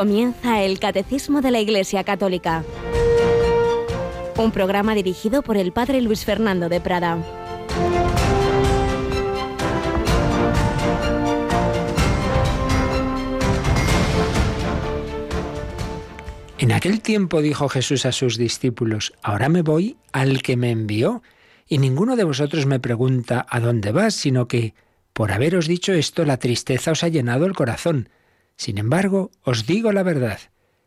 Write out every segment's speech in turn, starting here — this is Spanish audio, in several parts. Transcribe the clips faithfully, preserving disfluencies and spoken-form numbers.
Comienza el Catecismo de la Iglesia Católica, un programa dirigido por el Padre Luis Fernando de Prada. En aquel tiempo dijo Jesús a sus discípulos: ahora me voy al que me envió, y ninguno de vosotros me pregunta ¿a dónde vas?, sino que, por haberos dicho esto, la tristeza os ha llenado el corazón. Sin embargo, os digo la verdad.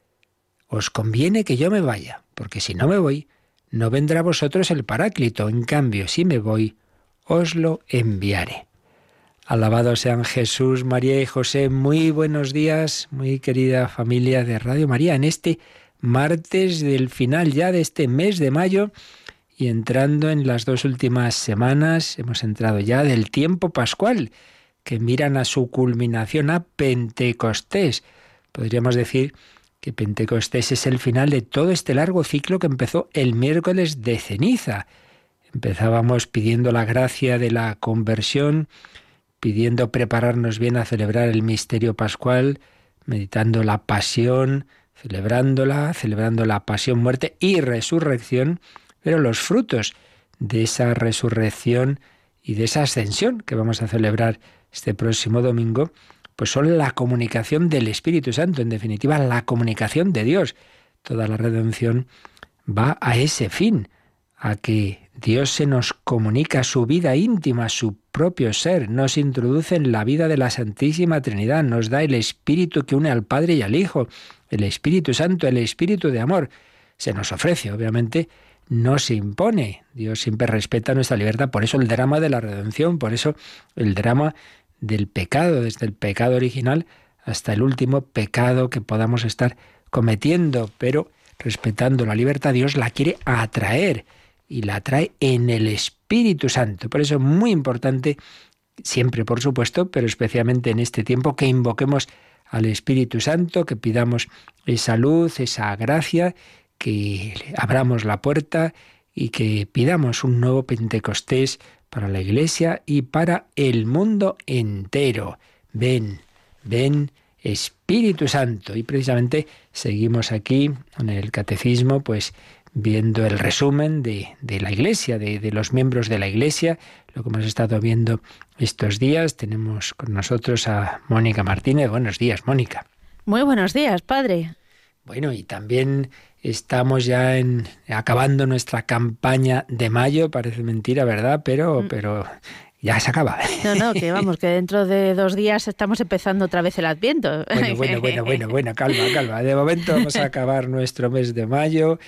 Os conviene que yo me vaya, porque si no me voy, no vendrá a vosotros el Paráclito. En cambio, si me voy, os lo enviaré. Alabados sean Jesús, María y José. Muy buenos días, muy querida familia de Radio María, en este martes del final ya de este mes de mayo y entrando en las dos últimas semanas, hemos entrado ya del tiempo pascual, que miran a su culminación, a Pentecostés. Podríamos decir que Pentecostés es el final de todo este largo ciclo que empezó el miércoles de ceniza. Empezábamos pidiendo la gracia de la conversión, pidiendo prepararnos bien a celebrar el misterio pascual, meditando la pasión, celebrándola, celebrando la pasión, muerte y resurrección, pero los frutos de esa resurrección y de esa ascensión que vamos a celebrar este próximo domingo, pues son la comunicación del Espíritu Santo, en definitiva, la comunicación de Dios. Toda la redención va a ese fin, a que Dios se nos comunica su vida íntima, su propio ser, nos introduce en la vida de la Santísima Trinidad, nos da el Espíritu que une al Padre y al Hijo, el Espíritu Santo, el Espíritu de amor. Se nos ofrece, obviamente, no se impone. Dios siempre respeta nuestra libertad, por eso el drama de la redención, por eso el drama del pecado, desde el pecado original hasta el último pecado que podamos estar cometiendo, pero respetando la libertad, Dios la quiere atraer y la atrae en el Espíritu Santo. Por eso es muy importante, siempre por supuesto, pero especialmente en este tiempo, que invoquemos al Espíritu Santo, que pidamos esa luz, esa gracia, que abramos la puerta y que pidamos un nuevo Pentecostés para la Iglesia y para el mundo entero. Ven, ven, Espíritu Santo. Y precisamente seguimos aquí en el Catecismo, pues viendo el resumen de, de la Iglesia, de, de los miembros de la Iglesia, lo que hemos estado viendo estos días. Tenemos con nosotros a Mónica Martínez. Buenos días, Mónica. Muy buenos días, padre. Bueno, y también estamos ya en, acabando nuestra campaña de mayo, parece mentira, ¿verdad? Pero, mm. pero ya se acaba. No, no, que vamos, que dentro de dos días estamos empezando otra vez el Adviento. Bueno, bueno, bueno, bueno, bueno, calma, calma. De momento vamos a acabar nuestro mes de mayo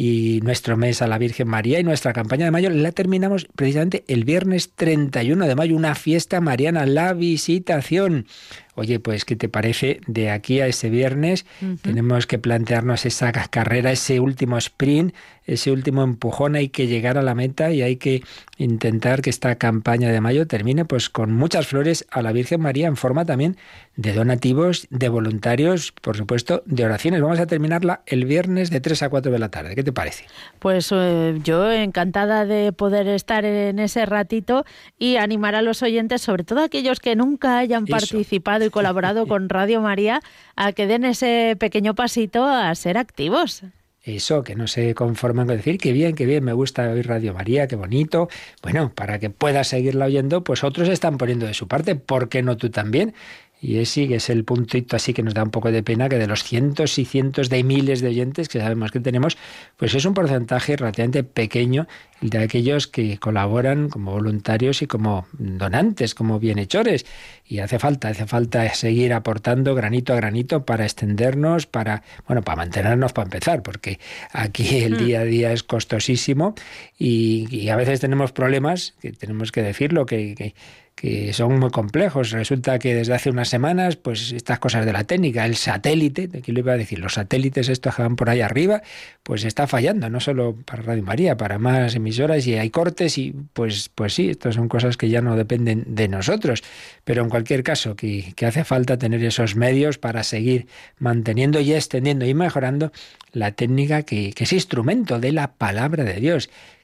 y nuestro mes a la Virgen María, y nuestra campaña de mayo la terminamos precisamente el viernes treinta y uno de mayo, una fiesta mariana, la Visitación. Oye, pues, ¿qué te parece? De aquí a ese viernes uh-huh. tenemos que plantearnos esa carrera, ese último sprint, ese último empujón. Hay que llegar a la meta y hay que intentar que esta campaña de mayo termine pues con muchas flores a la Virgen María, en forma también de donativos, de voluntarios, por supuesto, de oraciones. Vamos a terminarla el viernes de tres a cuatro de la tarde. ¿Qué te parece? Pues eh, yo encantada de poder estar en ese ratito y animar a los oyentes, sobre todo aquellos que nunca hayan Eso. participado y colaborado con Radio María, a que den ese pequeño pasito a ser activos. Eso, que no se conforman con decir que bien, que bien, me gusta oír Radio María, qué bonito. Bueno, para que puedas seguirla oyendo, pues otros están poniendo de su parte. ¿Por qué no tú también? Y ese que es el puntito así que nos da un poco de pena, que de los cientos y cientos de miles de oyentes que sabemos que tenemos, pues es un porcentaje relativamente pequeño el de aquellos que colaboran como voluntarios y como donantes, como bienhechores. Y hace falta, hace falta seguir aportando granito a granito para extendernos, para, bueno, para mantenernos, para empezar, porque aquí el día a día es costosísimo y, y a veces tenemos problemas, que tenemos que decirlo, que... que que son muy complejos. Resulta que desde hace unas semanas, pues estas cosas de la técnica, el satélite, de aquí lo iba a decir, los satélites estos que van por ahí arriba, pues está fallando, no solo para Radio María, para más emisoras, y hay cortes y pues, pues sí, estas son cosas que ya no dependen de nosotros. Pero en cualquier caso, que, que hace falta tener esos medios para seguir manteniendo y extendiendo y mejorando la técnica que, que es instrumento de la palabra de Dios,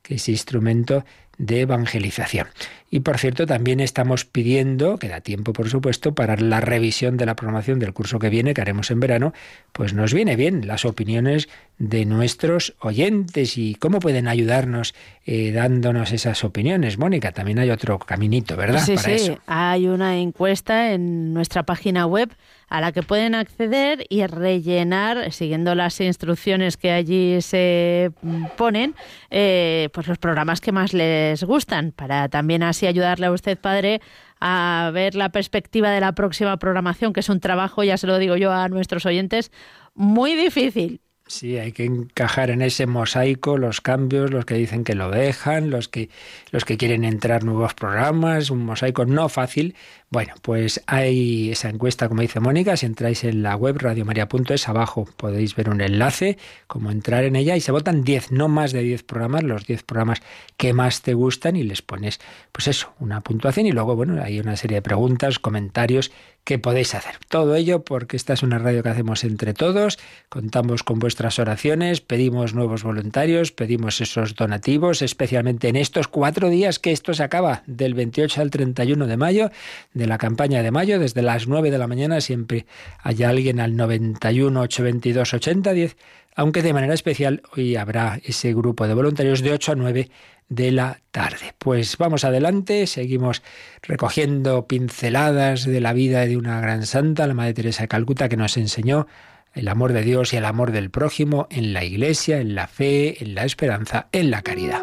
que es instrumento de evangelización. Y por cierto, también estamos pidiendo, que da tiempo por supuesto, para la revisión de la programación del curso que viene, que haremos en verano, pues nos viene bien las opiniones de nuestros oyentes y cómo pueden ayudarnos eh, dándonos esas opiniones. Mónica, también hay otro caminito, ¿verdad? Sí, para sí, eso. Hay una encuesta en nuestra página web a la que pueden acceder y rellenar, siguiendo las instrucciones que allí se ponen, eh, pues los programas que más les gustan, para también así ayudarle a usted, padre, a ver la perspectiva de la próxima programación, que es un trabajo, ya se lo digo yo a nuestros oyentes, muy difícil. Sí, hay que encajar en ese mosaico los cambios, los que dicen que lo dejan, los que, los que quieren entrar nuevos programas, un mosaico no fácil. Bueno, pues hay esa encuesta, como dice Mónica, si entráis en la web radiomaria punto es, abajo podéis ver un enlace, cómo entrar en ella, y se votan diez, no más de diez programas, los diez programas que más te gustan, y les pones, pues eso, una puntuación, y luego, bueno, hay una serie de preguntas, comentarios que podéis hacer. Todo ello porque esta es una radio que hacemos entre todos, contamos con vuestras oraciones, pedimos nuevos voluntarios, pedimos esos donativos, especialmente en estos cuatro días que esto se acaba, del veintiocho al treinta y uno de mayo, de la campaña de mayo, desde las nueve de la mañana siempre hay alguien al noventa y uno, ochocientos veintidós, ochenta diez, aunque de manera especial hoy habrá ese grupo de voluntarios de ocho a nueve de la tarde. Pues vamos adelante, seguimos recogiendo pinceladas de la vida de una gran santa, la Madre Teresa de Calcuta, que nos enseñó el amor de Dios y el amor del prójimo en la Iglesia, en la fe, en la esperanza, en la caridad.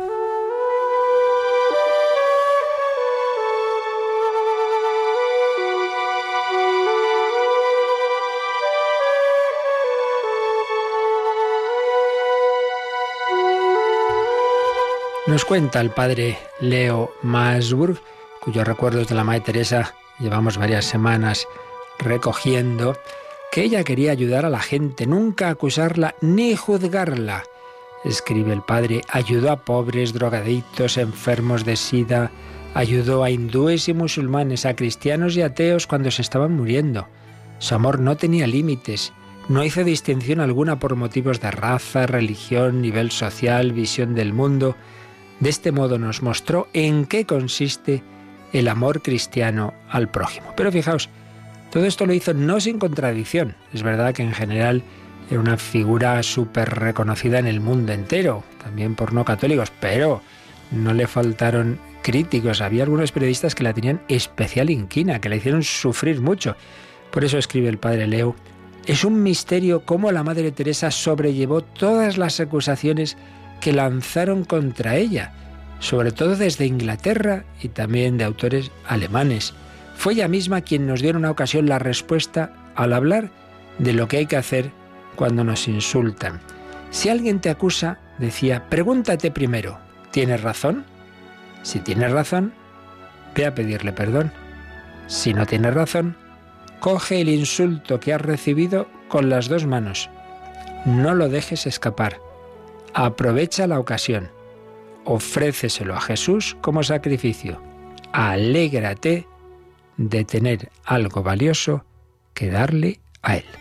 Nos cuenta el padre Leo Masburg, cuyos recuerdos de la Madre Teresa llevamos varias semanas recogiendo, que ella quería ayudar a la gente, nunca acusarla ni juzgarla. Escribe el padre, ayudó a pobres, drogadictos, enfermos de sida, ayudó a hindúes y musulmanes, a cristianos y ateos cuando se estaban muriendo. Su amor no tenía límites, no hizo distinción alguna por motivos de raza, religión, nivel social, visión del mundo. De este modo nos mostró en qué consiste el amor cristiano al prójimo. Pero fijaos, todo esto lo hizo no sin contradicción. Es verdad que en general era una figura súper reconocida en el mundo entero, también por no católicos, pero no le faltaron críticos. Había algunos periodistas que la tenían especial inquina, que la hicieron sufrir mucho. Por eso escribe el padre Leo, es un misterio cómo la Madre Teresa sobrellevó todas las acusaciones que lanzaron contra ella, sobre todo desde Inglaterra y también de autores alemanes. Fue ella misma quien nos dio en una ocasión la respuesta al hablar de lo que hay que hacer cuando nos insultan. Si alguien te acusa, decía, pregúntate primero, ¿tienes razón? Si tienes razón, ve a pedirle perdón. Si no tienes razón, coge el insulto que has recibido con las dos manos. No lo dejes escapar. Aprovecha la ocasión. Ofréceselo a Jesús como sacrificio. Alégrate de tener algo valioso que darle a Él.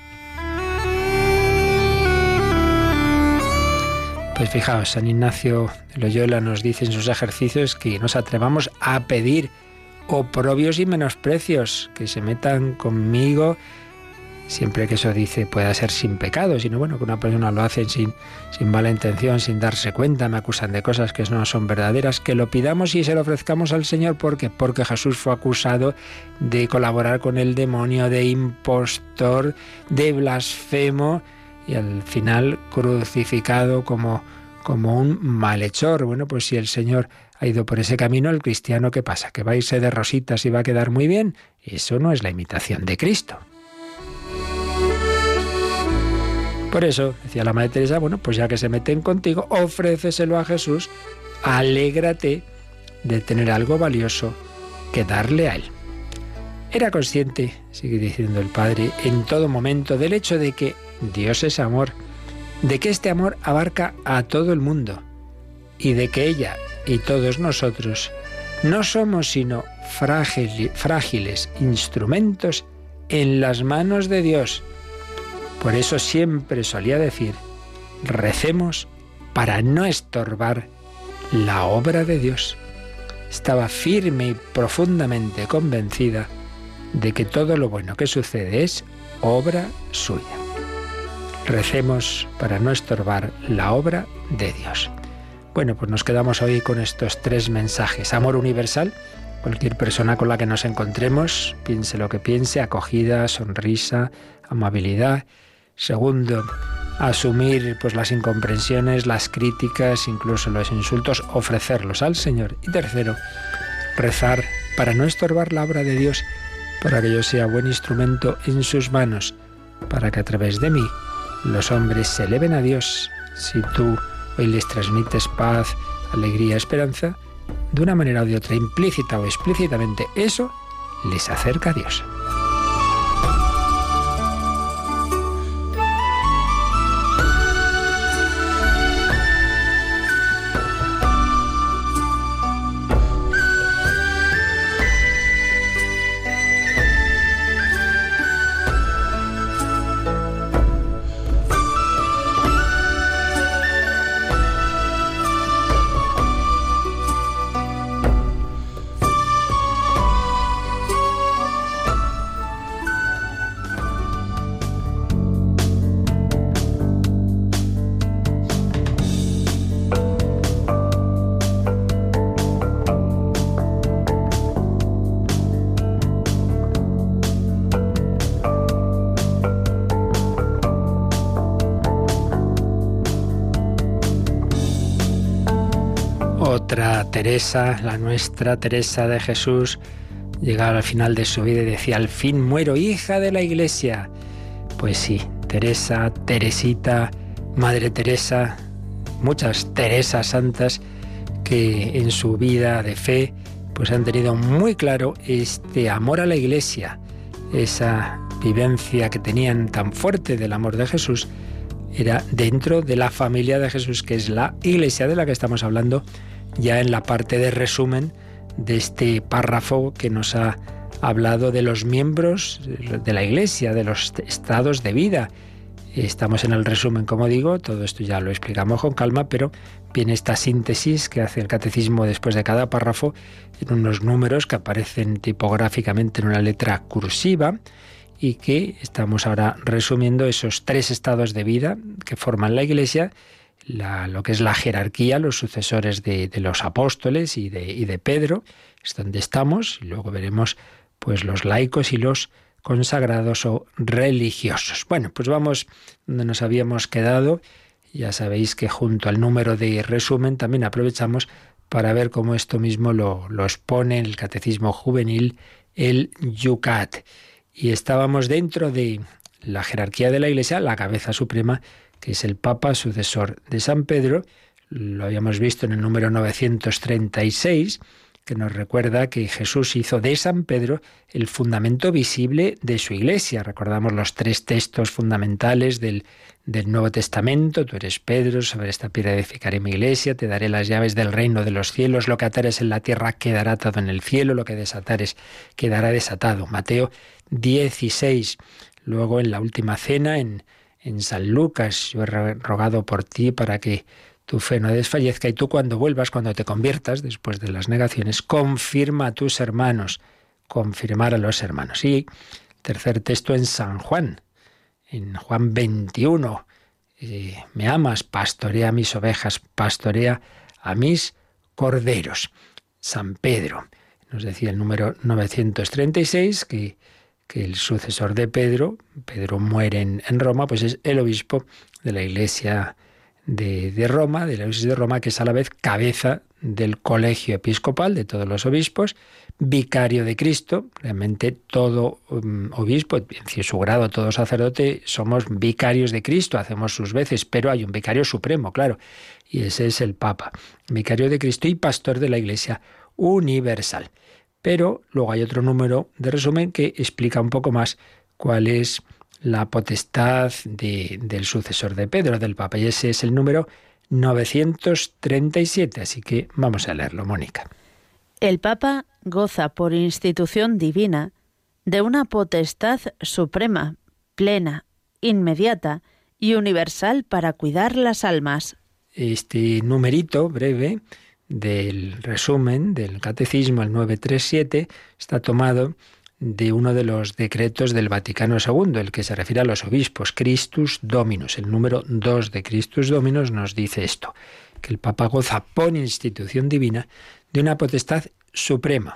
Pues fijaos, San Ignacio de Loyola nos dice en sus ejercicios que nos atrevamos a pedir oprobios y menosprecios, que se metan conmigo, siempre que eso dice pueda ser sin pecado, sino bueno, que una persona lo hace sin, sin mala intención, sin darse cuenta, me acusan de cosas que no son verdaderas, que lo pidamos y se lo ofrezcamos al Señor. ¿Por qué? Porque Jesús fue acusado de colaborar con el demonio, de impostor, de blasfemo, y al final crucificado como, como un malhechor. Bueno, pues si el Señor ha ido por ese camino, el cristiano, ¿qué pasa? ¿Que va a irse de rositas y va a quedar muy bien? Eso no es la imitación de Cristo. Por eso, decía la Madre Teresa, bueno, pues ya que se meten contigo, ofréceselo a Jesús, alégrate de tener algo valioso que darle a Él. Era consciente, sigue diciendo el Padre, en todo momento del hecho de que Dios es amor, de que este amor abarca a todo el mundo y de que ella y todos nosotros no somos sino frágil, frágiles instrumentos en las manos de Dios. Por eso siempre solía decir, recemos para no estorbar la obra de Dios. Estaba firme y profundamente convencida de que todo lo bueno que sucede es obra suya. Recemos para no estorbar la obra de Dios. Bueno, pues nos quedamos hoy con estos tres mensajes. Amor universal. Cualquier persona con la que nos encontremos, piense lo que piense, acogida, sonrisa, amabilidad. Segundo, asumir pues las incomprensiones, las críticas, incluso los insultos, ofrecerlos al Señor. Y tercero, rezar para no estorbar la obra de Dios, para que yo sea buen instrumento en sus manos, para que a través de mí los hombres se eleven a Dios. Si tú hoy les transmites paz, alegría, esperanza, de una manera o de otra, implícita o explícitamente, eso les acerca a Dios. Otra Teresa, la nuestra Teresa de Jesús, llegaba al final de su vida y decía: al fin muero, hija de la Iglesia. Pues sí, Teresa, Teresita, Madre Teresa, muchas Teresas santas que en su vida de fe pues han tenido muy claro este amor a la Iglesia, esa vivencia que tenían tan fuerte del amor de Jesús. Era dentro de la familia de Jesús, que es la Iglesia de la que estamos hablando ya en la parte de resumen de este párrafo que nos ha hablado de los miembros de la Iglesia, de los estados de vida. Estamos en el resumen, como digo, todo esto ya lo explicamos con calma, pero viene esta síntesis que hace el catecismo después de cada párrafo en unos números que aparecen tipográficamente en una letra cursiva y que estamos ahora resumiendo esos tres estados de vida que forman la Iglesia. La, lo que es la jerarquía, los sucesores de, de los apóstoles y de, y de Pedro, es donde estamos, y luego veremos pues los laicos y los consagrados o religiosos. Bueno, pues vamos donde nos habíamos quedado. Ya sabéis que junto al número de resumen también aprovechamos para ver cómo esto mismo lo, lo expone en el Catecismo Juvenil, el Yucat. Y estábamos dentro de la jerarquía de la Iglesia, la cabeza suprema, que es el Papa, sucesor de San Pedro. Lo habíamos visto en el número novecientos treinta y seis, que nos recuerda que Jesús hizo de San Pedro el fundamento visible de su Iglesia. Recordamos los tres textos fundamentales del, del Nuevo Testamento. Tú eres Pedro, sobre esta piedra edificaré mi Iglesia, te daré las llaves del reino de los cielos, lo que atares en la tierra quedará atado en el cielo, lo que desatares quedará desatado. Mateo dieciséis. Luego en la última cena, en En San Lucas, yo he rogado por ti para que tu fe no desfallezca, y tú cuando vuelvas, cuando te conviertas, después de las negaciones, confirma a tus hermanos, confirmar a los hermanos. Y tercer texto en San Juan, en Juan veintiuno, eh, me amas, pastorea a mis ovejas, pastorea a mis corderos. San Pedro, nos decía el número novecientos treinta y seis, que que el sucesor de Pedro, Pedro muere en, en Roma, pues es el obispo de la Iglesia de, de Roma, de la Iglesia de Roma, que es a la vez cabeza del colegio episcopal de todos los obispos, vicario de Cristo. Realmente todo um, obispo, en su grado todo sacerdote, somos vicarios de Cristo, hacemos sus veces, pero hay un vicario supremo, claro, y ese es el Papa, vicario de Cristo y pastor de la Iglesia universal. Pero luego hay otro número de resumen que explica un poco más cuál es la potestad de, del sucesor de Pedro, del Papa, y ese es el número novecientos treinta y siete, así que vamos a leerlo, Mónica. El Papa goza por institución divina de una potestad suprema, plena, inmediata y universal para cuidar las almas. Este numerito breve del resumen del Catecismo, el novecientos treinta y siete, está tomado de uno de los decretos del Vaticano segundo, el que se refiere a los obispos, Christus Dominus. El número dos de Christus Dominus nos dice esto, que el Papa goza por institución divina de una potestad suprema,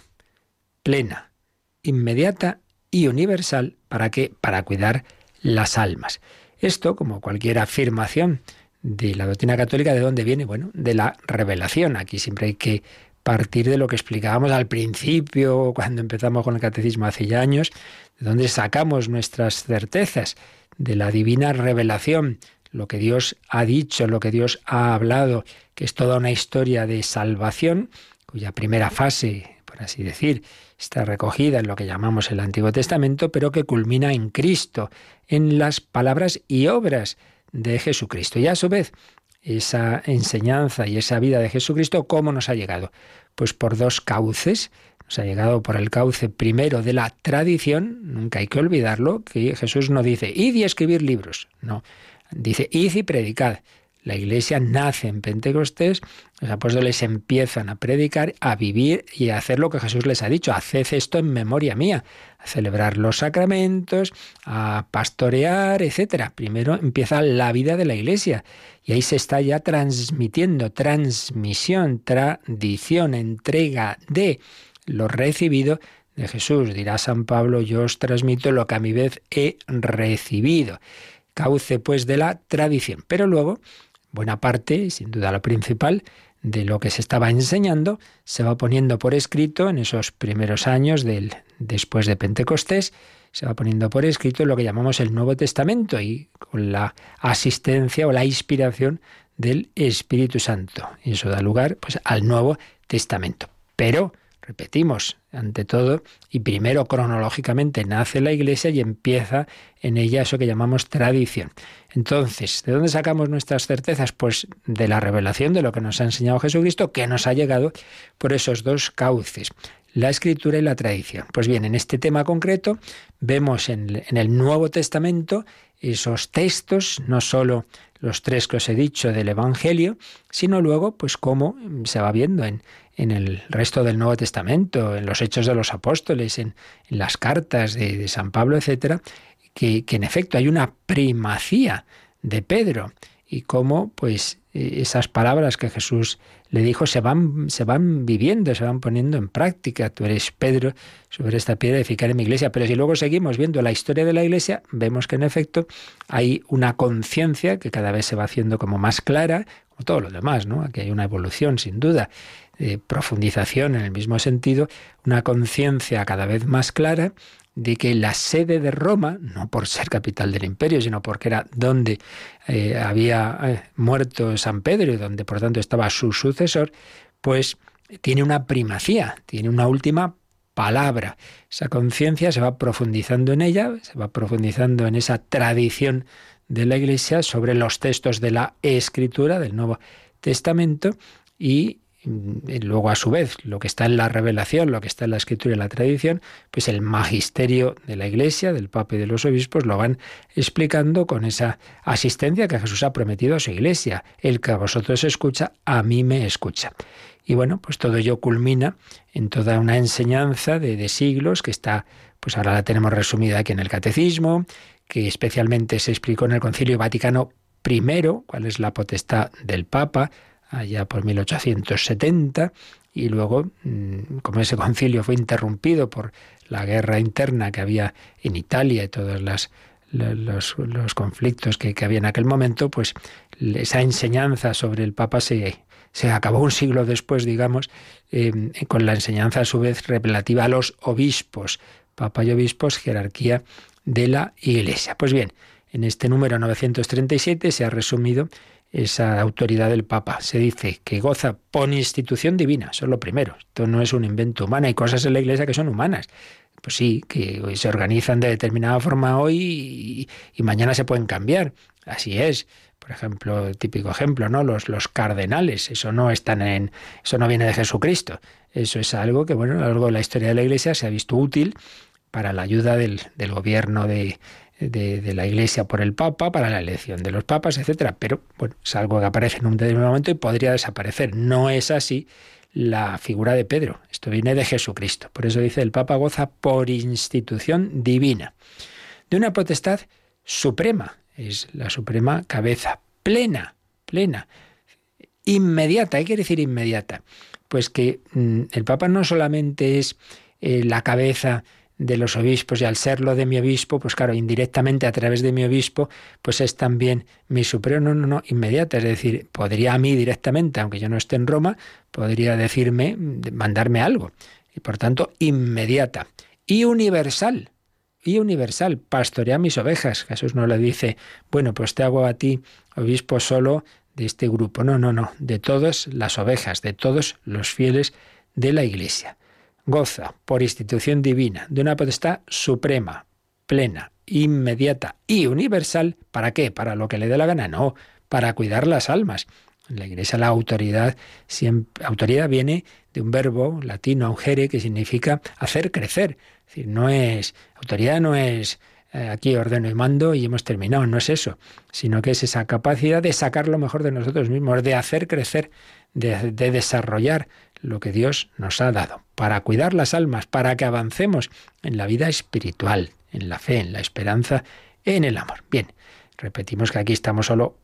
plena, inmediata y universal. ¿Para qué? Para cuidar las almas. Esto, como cualquier afirmación de la doctrina católica, ¿de dónde viene? Bueno, de la revelación. Aquí siempre hay que partir de lo que explicábamos al principio, cuando empezamos con el catecismo hace ya años, de dónde sacamos nuestras certezas, de la divina revelación, lo que Dios ha dicho, lo que Dios ha hablado, que es toda una historia de salvación, cuya primera fase, por así decir, está recogida en lo que llamamos el Antiguo Testamento, pero que culmina en Cristo, en las palabras y obras de Jesucristo. Y a su vez, esa enseñanza y esa vida de Jesucristo, ¿cómo nos ha llegado? Pues por dos cauces. Nos ha llegado por el cauce primero de la tradición. Nunca hay que olvidarlo, que Jesús no dice, id y escribir libros. No, dice, id y predicad. La Iglesia nace en Pentecostés, los apóstoles empiezan a predicar, a vivir y a hacer lo que Jesús les ha dicho. Haced esto en memoria mía, a celebrar los sacramentos, a pastorear, etcétera. Primero empieza la vida de la Iglesia y ahí se está ya transmitiendo, transmisión, tradición, entrega de lo recibido de Jesús. Dirá San Pablo, yo os transmito lo que a mi vez he recibido. Cauce pues de la tradición. Pero luego, buena parte, sin duda lo principal, de lo que se estaba enseñando se va poniendo por escrito en esos primeros años del, después de Pentecostés, se va poniendo por escrito lo que llamamos el Nuevo Testamento y con la asistencia o la inspiración del Espíritu Santo. Y eso da lugar pues, al Nuevo Testamento. Pero, repetimos, ante todo, y primero cronológicamente nace la Iglesia y empieza en ella eso que llamamos tradición. Entonces, ¿de dónde sacamos nuestras certezas? Pues de la revelación de lo que nos ha enseñado Jesucristo, que nos ha llegado por esos dos cauces, la Escritura y la tradición. Pues bien, en este tema concreto vemos en, en el Nuevo Testamento esos textos, no solo los tres que os he dicho del Evangelio, sino luego, pues cómo se va viendo en, en el resto del Nuevo Testamento, en los Hechos de los Apóstoles, en, en las cartas de, de San Pablo, etcétera, que, que en efecto hay una primacía de Pedro y cómo, pues, esas palabras que Jesús le dijo se van, se van viviendo, se van poniendo en práctica. Tú eres Pedro, sobre esta piedra edificaré mi iglesia. Pero si luego seguimos viendo la historia de la Iglesia, vemos que en efecto hay una conciencia que cada vez se va haciendo como más clara, como todo lo demás, ¿no? Aquí hay una evolución, sin duda, de profundización en el mismo sentido, una conciencia cada vez más clara de que la sede de Roma, no por ser capital del imperio, sino porque era donde eh, había eh, muerto San Pedro y donde por tanto estaba su sucesor, pues tiene una primacía, tiene una última palabra. Esa conciencia se va profundizando en ella, se va profundizando en esa tradición de la Iglesia sobre los textos de la Escritura, del Nuevo Testamento, y Y luego, a su vez, lo que está en la revelación, lo que está en la Escritura y la tradición, pues el magisterio de la Iglesia, del Papa y de los obispos, lo van explicando con esa asistencia que Jesús ha prometido a su Iglesia. El que a vosotros escucha, a mí me escucha. Y bueno, pues todo ello culmina en toda una enseñanza de, de siglos que está, pues ahora la tenemos resumida aquí en el Catecismo, que especialmente se explicó en el Concilio Vaticano primero, cuál es la potestad del Papa, allá por mil ochocientos setenta, y luego, como ese concilio fue interrumpido por la guerra interna que había en Italia y todos las, los, los conflictos que, que había en aquel momento, pues esa enseñanza sobre el Papa se, se acabó un siglo después, digamos, eh, con la enseñanza a su vez relativa a los obispos, Papa y obispos, jerarquía de la Iglesia. Pues bien, en este número novecientos treinta y siete se ha resumido esa autoridad del Papa. Se dice que goza por institución divina, eso es lo primero. Esto no es un invento humano, hay cosas en la Iglesia que son humanas. Pues sí, que hoy se organizan de determinada forma hoy y, y mañana se pueden cambiar. Así es. Por ejemplo, típico ejemplo, ¿no? Los, los cardenales, eso no están en, eso no viene de Jesucristo. Eso es algo que, bueno, a lo largo de la historia de la Iglesia se ha visto útil para la ayuda del, del gobierno de, de, de la Iglesia por el Papa, para la elección de los papas, etcétera. Pero bueno, es algo que aparece en un determinado momento y podría desaparecer. No es así la figura de Pedro. Esto viene de Jesucristo. Por eso dice, el Papa goza por institución divina de una potestad suprema. Es la suprema cabeza, plena, plena, inmediata. ¿Qué quiere decir inmediata? Pues que mmm, el Papa no solamente es eh, la cabeza de los obispos, y al serlo de mi obispo, pues claro, indirectamente a través de mi obispo, pues es también mi superior. No, no, no, inmediata. Es decir, podría a mí directamente, aunque yo no esté en Roma, podría decirme, mandarme algo. Y por tanto, inmediata. Y universal. Y universal. Pastorea mis ovejas. Jesús no le dice, bueno, pues te hago a ti obispo solo de este grupo. No, no, no. De todas las ovejas, de todos los fieles de la Iglesia. Goza, por institución divina, de una potestad suprema, plena, inmediata y universal. ¿Para qué? ¿Para lo que le dé la gana? No, para cuidar las almas. En la Iglesia la autoridad, siempre, autoridad viene de un verbo latino, augere, que significa hacer crecer. Es decir, no es, autoridad no es eh, aquí ordeno y mando y hemos terminado, no es eso, sino que es esa capacidad de sacar lo mejor de nosotros mismos, de hacer crecer, de, de desarrollar lo que Dios nos ha dado, para cuidar las almas, para que avancemos en la vida espiritual, en la fe, en la esperanza, en el amor. Bien, repetimos que aquí estamos solo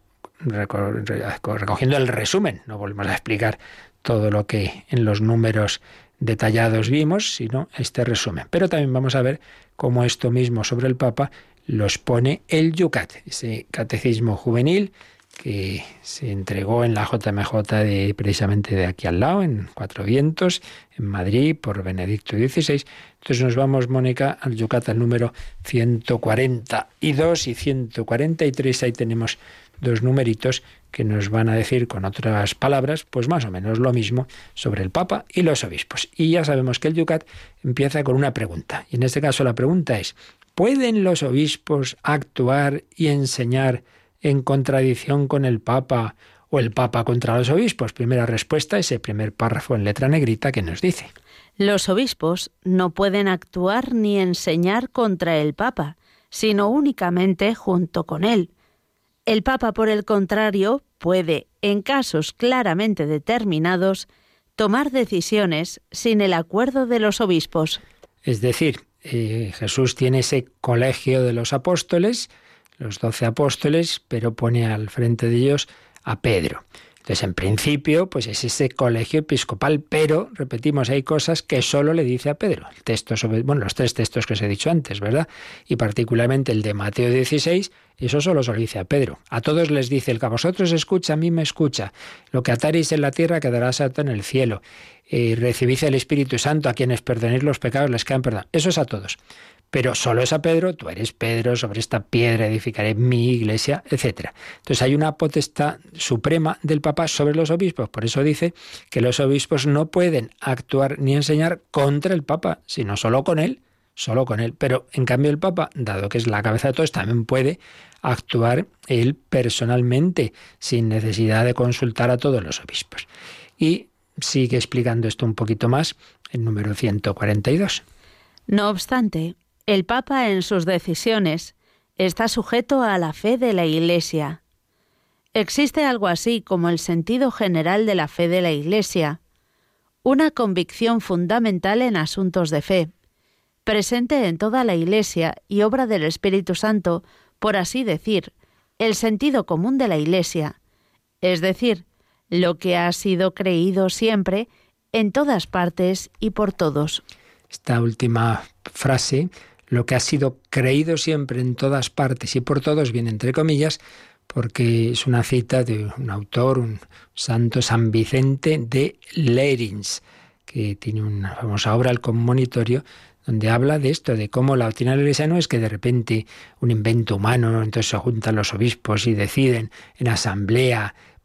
recogiendo el resumen, no volvemos a explicar todo lo que en los números detallados vimos, sino este resumen. Pero también vamos a ver cómo esto mismo sobre el Papa lo expone el Yucat, ese catecismo juvenil que se entregó en la J M J de, precisamente de aquí al lado, en Cuatro Vientos, en Madrid, por Benedicto dieciséis. Entonces nos vamos, Mónica, al Yucat, al número ciento cuarenta y dos y ciento cuarenta y tres. Ahí tenemos dos numeritos que nos van a decir con otras palabras, pues más o menos lo mismo sobre el Papa y los obispos. Y ya sabemos que el Yucat empieza con una pregunta. Y en este caso la pregunta es, ¿pueden los obispos actuar y enseñar en contradicción con el Papa o el Papa contra los obispos? Primera respuesta, ese primer párrafo en letra negrita que nos dice. Los obispos no pueden actuar ni enseñar contra el Papa, sino únicamente junto con él. El Papa, por el contrario, puede, en casos claramente determinados, tomar decisiones sin el acuerdo de los obispos. Es decir, eh, Jesús tiene ese colegio de los apóstoles, los doce apóstoles, pero pone al frente de ellos a Pedro. Entonces, en principio, pues es ese colegio episcopal, pero, repetimos, hay cosas que solo le dice a Pedro. El texto sobre, bueno, los tres textos que os he dicho antes, ¿verdad? Y particularmente el de Mateo dieciséis, eso solo se lo dice a Pedro. A todos les dice, el que a vosotros escucha, a mí me escucha. Lo que ataréis en la tierra quedará atado en el cielo. Eh, recibid el Espíritu Santo, a quienes perdonéis los pecados les quedan perdón. Eso es a todos. Pero solo es a Pedro, tú eres Pedro, sobre esta piedra edificaré mi iglesia, etcétera. Entonces hay una potestad suprema del Papa sobre los obispos. Por eso dice que los obispos no pueden actuar ni enseñar contra el Papa, sino solo con él, solo con él. Pero en cambio el Papa, dado que es la cabeza de todos, también puede actuar él personalmente, sin necesidad de consultar a todos los obispos. Y sigue explicando esto un poquito más el número ciento cuarenta y dos. No obstante, el Papa en sus decisiones está sujeto a la fe de la Iglesia. Existe algo así como el sentido general de la fe de la Iglesia, una convicción fundamental en asuntos de fe, presente en toda la Iglesia y obra del Espíritu Santo, por así decir, el sentido común de la Iglesia, es decir, lo que ha sido creído siempre, en todas partes y por todos. Esta última frase, lo que ha sido creído siempre en todas partes y por todos, viene entre comillas, porque es una cita de un autor, un santo, San Vicente de Lérins, que tiene una famosa obra, El Comunitorio, donde habla de esto, de cómo la doctrina de la Iglesia no es que de repente un invento humano, entonces se juntan los obispos y deciden en asamblea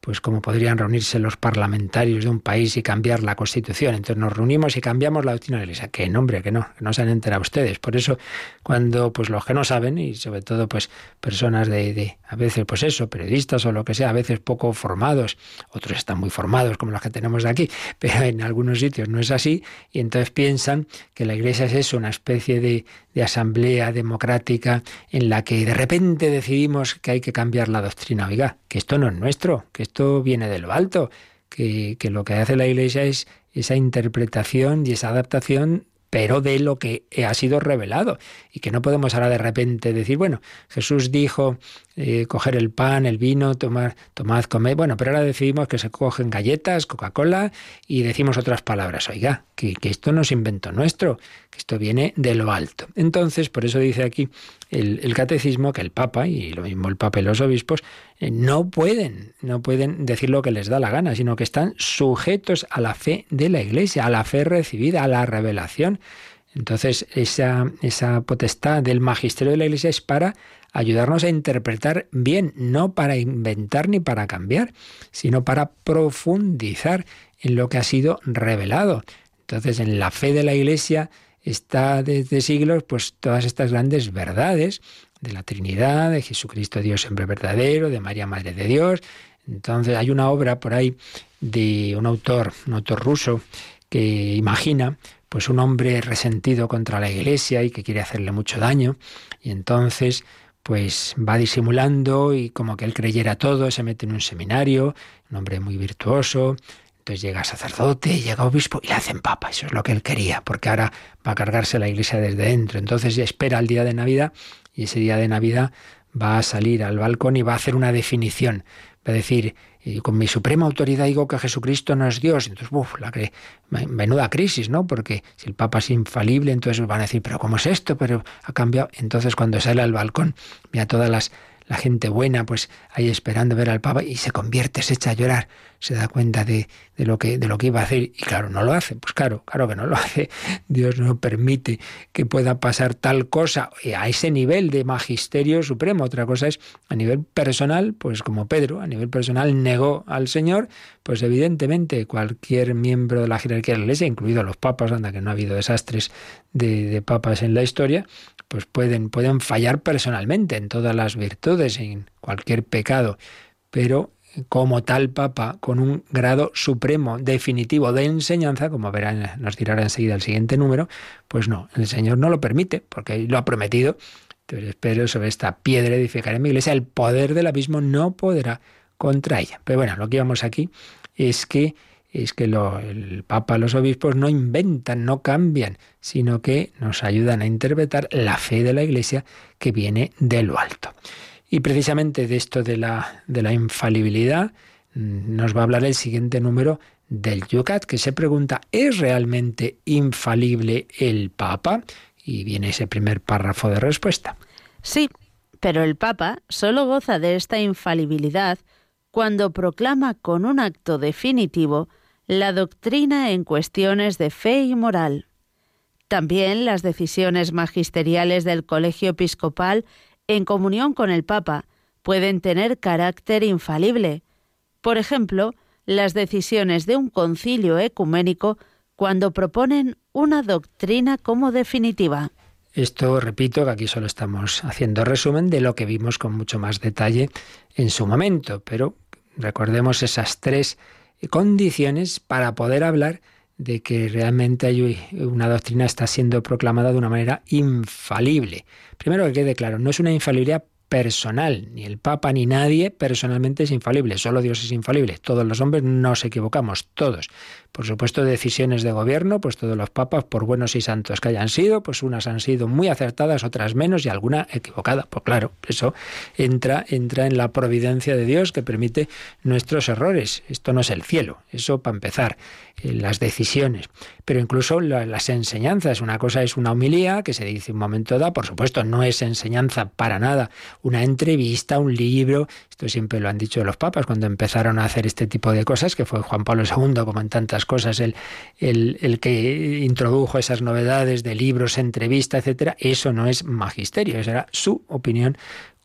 pues como podrían reunirse los parlamentarios de un país y cambiar la Constitución. Entonces nos reunimos y cambiamos la doctrina de la Iglesia. Que no, hombre, que no, que no se han enterado ustedes. Por eso, cuando pues los que no saben, y sobre todo pues personas de, de a veces pues eso, periodistas o lo que sea, a veces poco formados, otros están muy formados como los que tenemos de aquí, pero en algunos sitios no es así, y entonces piensan que la Iglesia es eso, una especie de, de asamblea democrática en la que de repente decidimos que hay que cambiar la doctrina. Oiga, que esto no es nuestro, que esto viene de lo alto, que, que lo que hace la Iglesia es esa interpretación y esa adaptación, pero de lo que ha sido revelado, y que no podemos ahora de repente decir, bueno, Jesús dijo eh, coger el pan, el vino, tomar, tomad, comed, bueno, pero ahora decidimos que se cogen galletas, Coca-Cola, y decimos otras palabras. Oiga, que, que esto no es invento nuestro, que esto viene de lo alto. Entonces, por eso dice aquí el, el catecismo que el Papa, y lo mismo el Papa y los obispos, eh, no pueden, no pueden decir lo que les da la gana, sino que están sujetos a la fe de la Iglesia, a la fe recibida, a la revelación. Entonces, esa, esa potestad del magisterio de la Iglesia es para ayudarnos a interpretar bien, no para inventar ni para cambiar, sino para profundizar en lo que ha sido revelado. Entonces, en la fe de la Iglesia está desde siglos pues todas estas grandes verdades de la Trinidad, de Jesucristo Dios siempre verdadero, de María Madre de Dios. Entonces, hay una obra por ahí de un autor, un autor ruso, que imagina pues un hombre resentido contra la Iglesia y que quiere hacerle mucho daño, y entonces pues va disimulando y como que él creyera todo, se mete en un seminario, un hombre muy virtuoso, entonces llega sacerdote, llega obispo y le hacen papa. Eso es lo que él quería, porque ahora va a cargarse la Iglesia desde dentro. Entonces espera el día de Navidad, y ese día de Navidad va a salir al balcón y va a hacer una definición. Va a decir, y con mi suprema autoridad digo que Jesucristo no es Dios. Entonces, uf, la cre... menuda crisis, ¿no? Porque si el Papa es infalible, entonces van a decir, ¿pero cómo es esto? Pero ha cambiado. Entonces, cuando sale al balcón, ve a todas las la gente buena, pues ahí esperando ver al Papa, y se convierte, se echa a llorar, se da cuenta de, de lo que de lo que iba a hacer, y claro, no lo hace. Pues claro, claro que no lo hace. Dios no permite que pueda pasar tal cosa a ese nivel de magisterio supremo. Otra cosa es a nivel personal, pues como Pedro, a nivel personal negó al Señor, pues evidentemente cualquier miembro de la jerarquía de la Iglesia, incluidos los papas, anda que no ha habido desastres de, de papas en la historia, pues pueden, pueden fallar personalmente en todas las virtudes, en cualquier pecado, pero como tal Papa, con un grado supremo, definitivo de enseñanza, como verán, nos dirá enseguida el siguiente número, pues no, el Señor no lo permite, porque lo ha prometido. Entonces espero sobre esta piedra edificaré mi iglesia, el poder del abismo no podrá contra ella. Pero bueno, lo que íbamos aquí es que es que lo, el Papa, los obispos no inventan, no cambian, sino que nos ayudan a interpretar la fe de la Iglesia que viene de lo alto. Y precisamente de esto de la, de la infalibilidad nos va a hablar el siguiente número del Yucat, que se pregunta, ¿es realmente infalible el Papa? Y viene ese primer párrafo de respuesta. Sí, pero el Papa solo goza de esta infalibilidad cuando proclama con un acto definitivo la doctrina en cuestiones de fe y moral. También las decisiones magisteriales del Colegio Episcopal, en comunión con el Papa, pueden tener carácter infalible. Por ejemplo, las decisiones de un concilio ecuménico cuando proponen una doctrina como definitiva. Esto, repito, que aquí solo estamos haciendo resumen de lo que vimos con mucho más detalle en su momento, pero recordemos esas tres condiciones para poder hablar de que realmente hay una doctrina está siendo proclamada de una manera infalible. Primero que quede claro, no es una infalibilidad personal, ni el Papa ni nadie personalmente es infalible, solo Dios es infalible. Todos los hombres nos equivocamos, todos. Por supuesto, decisiones de gobierno, pues todos los papas, por buenos y santos que hayan sido, pues unas han sido muy acertadas, otras menos y alguna equivocada. Pues claro, eso entra, entra en la providencia de Dios que permite nuestros errores. Esto no es el cielo, eso para empezar, eh, las decisiones. Pero incluso la, las enseñanzas, una cosa es una homilía que se dice en un momento dado, por supuesto, no es enseñanza para nada. Una entrevista, un libro, esto siempre lo han dicho los papas cuando empezaron a hacer este tipo de cosas, que fue Juan Pablo segundo, como en tantas cosas, el, el, el que introdujo esas novedades de libros, entrevista, etcétera. Eso no es magisterio, esa era su opinión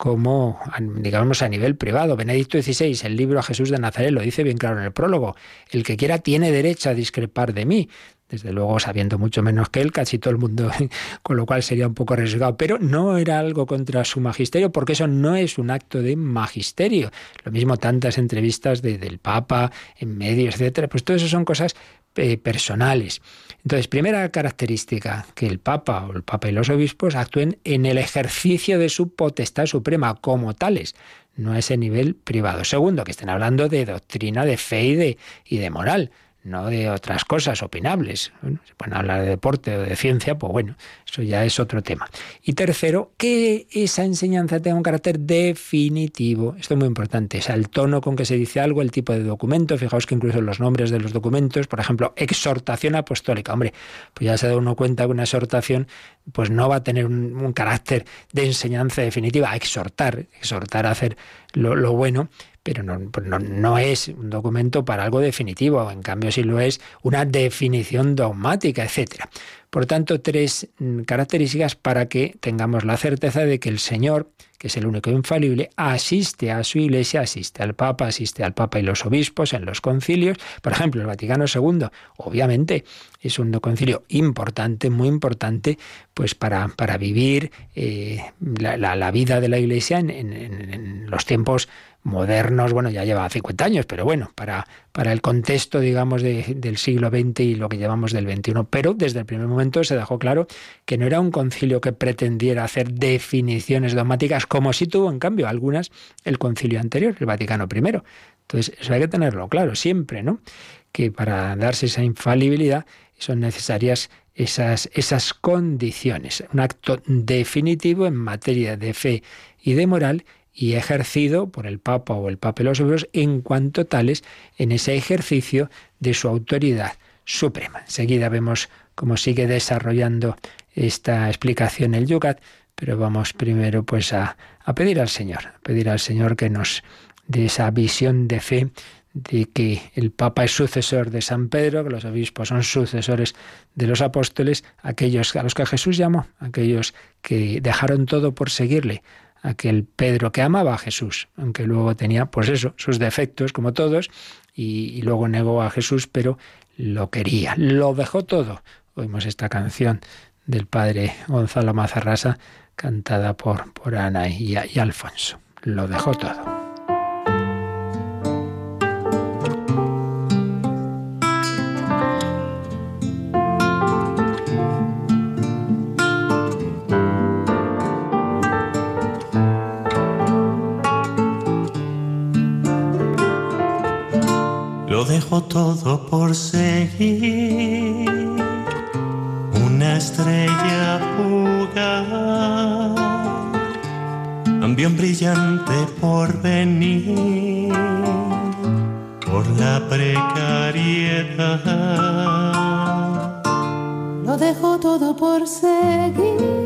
como, digamos, a nivel privado. Benedicto dieciséis, el libro a Jesús de Nazaret, lo dice bien claro en el prólogo: el que quiera tiene derecho a discrepar de mí. Desde luego, sabiendo mucho menos que él, casi todo el mundo, con lo cual sería un poco arriesgado. Pero no era algo contra su magisterio, porque eso no es un acto de magisterio. Lo mismo tantas entrevistas de, del Papa en medios, etcétera. Pues todo eso son cosas eh, personales. Entonces, primera característica, que el Papa o el Papa y los obispos actúen en el ejercicio de su potestad suprema como tales, no a ese nivel privado. Segundo, que estén hablando de doctrina, de fe y de, y de moral, no de otras cosas opinables. Bueno, se pueden hablar de deporte o de ciencia, pues bueno, eso ya es otro tema. Y tercero, que esa enseñanza tenga un carácter definitivo. Esto es muy importante, es el tono con que se dice algo, el tipo de documento. Fijaos que incluso los nombres de los documentos, por ejemplo, exhortación apostólica. Hombre, pues ya se da uno cuenta que una exhortación pues no va a tener un, un carácter de enseñanza definitiva. A exhortar, exhortar a hacer lo, lo bueno, pero no, no, no es un documento para algo definitivo. En cambio, sí lo es una definición dogmática, etcétera. Por tanto, tres características para que tengamos la certeza de que el Señor, que es el único infalible, asiste a su Iglesia, asiste al Papa, asiste al Papa y los obispos en los concilios. Por ejemplo, el Vaticano segundo, obviamente, es un concilio importante, muy importante, pues para, para vivir eh, la, la, la vida de la Iglesia en, en, en los tiempos modernos. Bueno, ya lleva cincuenta años, pero bueno, para, para el contexto, digamos, de, del siglo veinte y lo que llevamos del veintiuno. Pero desde el primer momento se dejó claro que no era un concilio que pretendiera hacer definiciones dogmáticas, como sí tuvo, en cambio, algunas el concilio anterior, el Vaticano primero. Entonces, eso hay que tenerlo claro siempre, ¿no? Que para darse esa infalibilidad son necesarias esas, esas condiciones. Un acto definitivo en materia de fe y de moral, y ejercido por el Papa o el Papa y los obispos en cuanto tales en ese ejercicio de su autoridad suprema. Enseguida vemos cómo sigue desarrollando esta explicación el Yucat, pero vamos primero pues a, a pedir al Señor, a pedir al Señor que nos dé esa visión de fe, de que el Papa es sucesor de San Pedro, que los obispos son sucesores de los apóstoles, aquellos a los que Jesús llamó, aquellos que dejaron todo por seguirle. Aquel Pedro que amaba a Jesús, aunque luego tenía, pues eso, sus defectos como todos, y, y luego negó a Jesús, pero lo quería, lo dejó todo. Oímos esta canción del padre Gonzalo Mazarrasa, cantada por, por Ana y, y Alfonso. Lo dejó todo. Lo dejo todo por seguir una estrella fugaz, ambición brillante por venir, por la precariedad. Lo dejo todo por seguir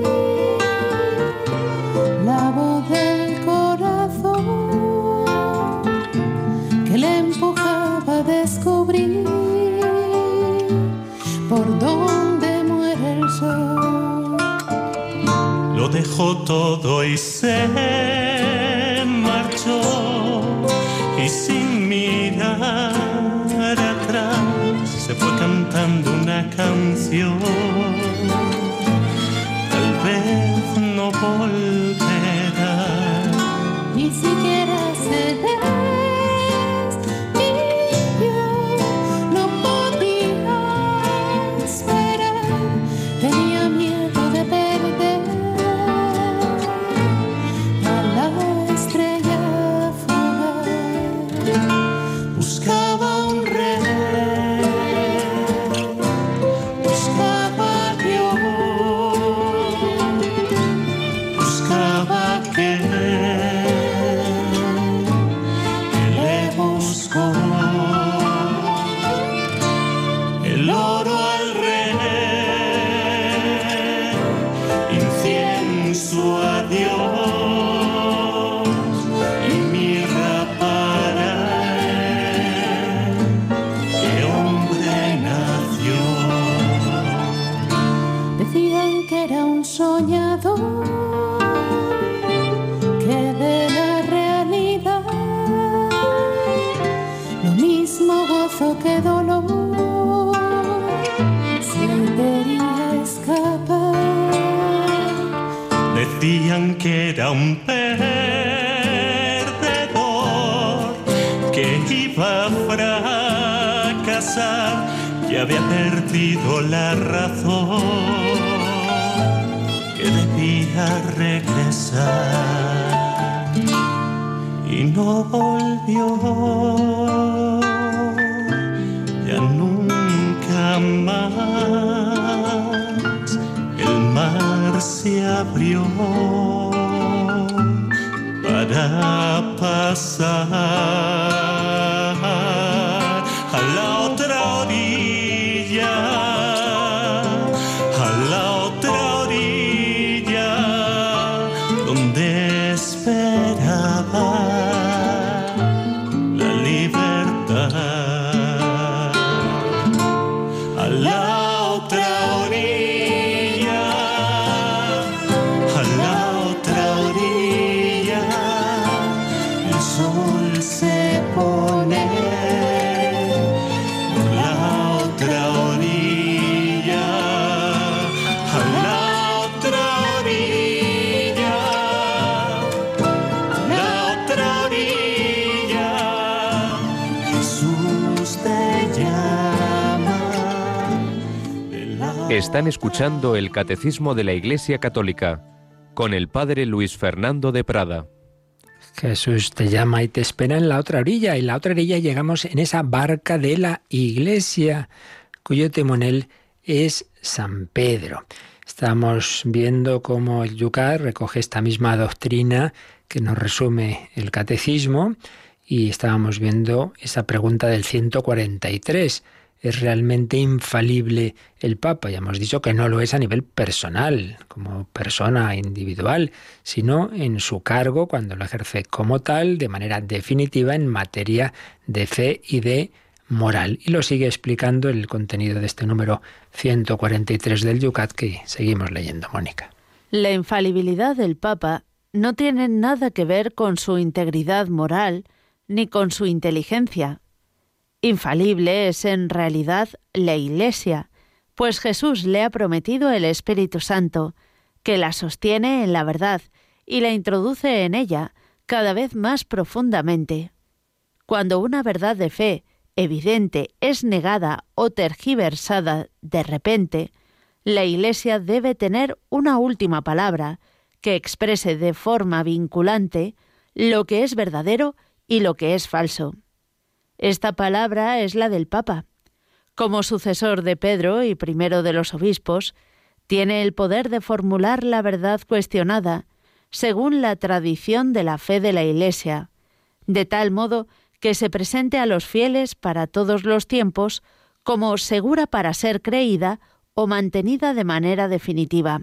la voz del corazón que le empuja a descubrir por dónde muere el sol. Lo dejó todo y se marchó, y sin mirar atrás se fue cantando una canción. Tal vez no volverá, ni siquiera se ve. buscaba gozo, qué dolor, se quería escapar. Decían que era un perdedor, que iba a fracasar, que había perdido la razón, que debía regresar y no volvió ya nunca más. El mar se abrió para pasar a la otra orilla, a la otra orilla donde esperaba la libertad. A la otra orilla, a la otra orilla, el sol se pone. Por la otra orilla, a la otra orilla, la otra orilla, Jesús te llama. De la Están escuchando el Catecismo de la Iglesia Católica con el Padre Luis Fernando de Prada. Jesús te llama y te espera en la otra orilla. Y en la otra orilla llegamos en esa barca de la Iglesia, cuyo timonel es San Pedro. Estamos viendo cómo el Yucat recoge esta misma doctrina que nos resume el Catecismo, y estábamos viendo esa pregunta del ciento cuarenta y tres. ¿Es realmente infalible el Papa? Ya hemos dicho que no lo es a nivel personal, como persona individual, sino en su cargo cuando lo ejerce como tal, de manera definitiva, en materia de fe y de moral. Y lo sigue explicando el contenido de este número ciento cuarenta y tres del Yucat que seguimos leyendo, Mónica. La infalibilidad del Papa no tiene nada que ver con su integridad moral ni con su inteligencia. Infalible es en realidad la Iglesia, pues Jesús le ha prometido el Espíritu Santo, que la sostiene en la verdad y la introduce en ella cada vez más profundamente. Cuando una verdad de fe evidente es negada o tergiversada de repente, la Iglesia debe tener una última palabra que exprese de forma vinculante lo que es verdadero y lo que es falso. Esta palabra es la del Papa. Como sucesor de Pedro y primero de los obispos, tiene el poder de formular la verdad cuestionada según la tradición de la fe de la Iglesia, de tal modo que se presente a los fieles para todos los tiempos como segura para ser creída o mantenida de manera definitiva.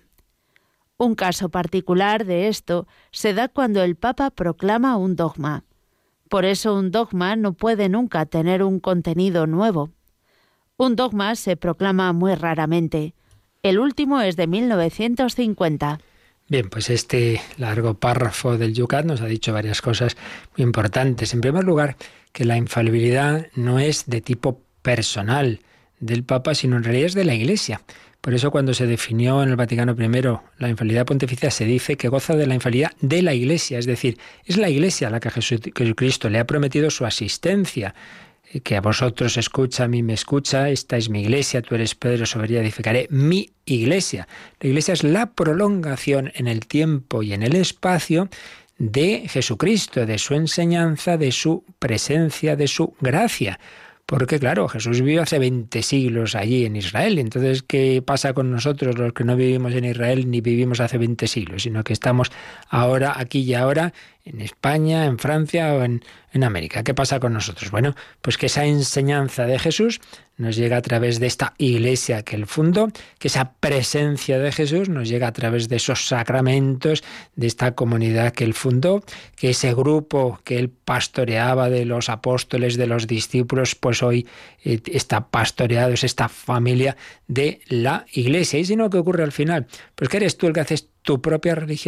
Un caso particular de esto se da cuando el Papa proclama un dogma. Por eso un dogma no puede nunca tener un contenido nuevo. Un dogma se proclama muy raramente. El último es de mil novecientos cincuenta. Bien, pues este largo párrafo del Yucat nos ha dicho varias cosas muy importantes. En primer lugar, que la infalibilidad no es de tipo personal del Papa, sino en realidad es de la Iglesia. Por eso cuando se definió en el Vaticano primero la infalibilidad pontificia, se dice que goza de la infalibilidad de la Iglesia, es decir, es la Iglesia a la que Jesucristo le ha prometido su asistencia, que a vosotros escucha, a mí me escucha, esta es mi Iglesia, tú eres Pedro, sobre ella edificaré mi Iglesia. La Iglesia es la prolongación en el tiempo y en el espacio de Jesucristo, de su enseñanza, de su presencia, de su gracia. Porque claro, Jesús vivió hace veinte siglos allí en Israel. Entonces, ¿qué pasa con nosotros los que no vivimos en Israel ni vivimos hace veinte siglos? Sino que estamos ahora, aquí y ahora, en España, en Francia o en, en América. ¿Qué pasa con nosotros? Bueno, pues que esa enseñanza de Jesús nos llega a través de esta Iglesia que él fundó, que esa presencia de Jesús nos llega a través de esos sacramentos, de esta comunidad que él fundó, que ese grupo que él pastoreaba de los apóstoles, de los discípulos, pues hoy eh, está pastoreado, es esta familia de la Iglesia. ¿Y si no, qué ocurre al final? Pues que eres tú el que haces tu propia religión.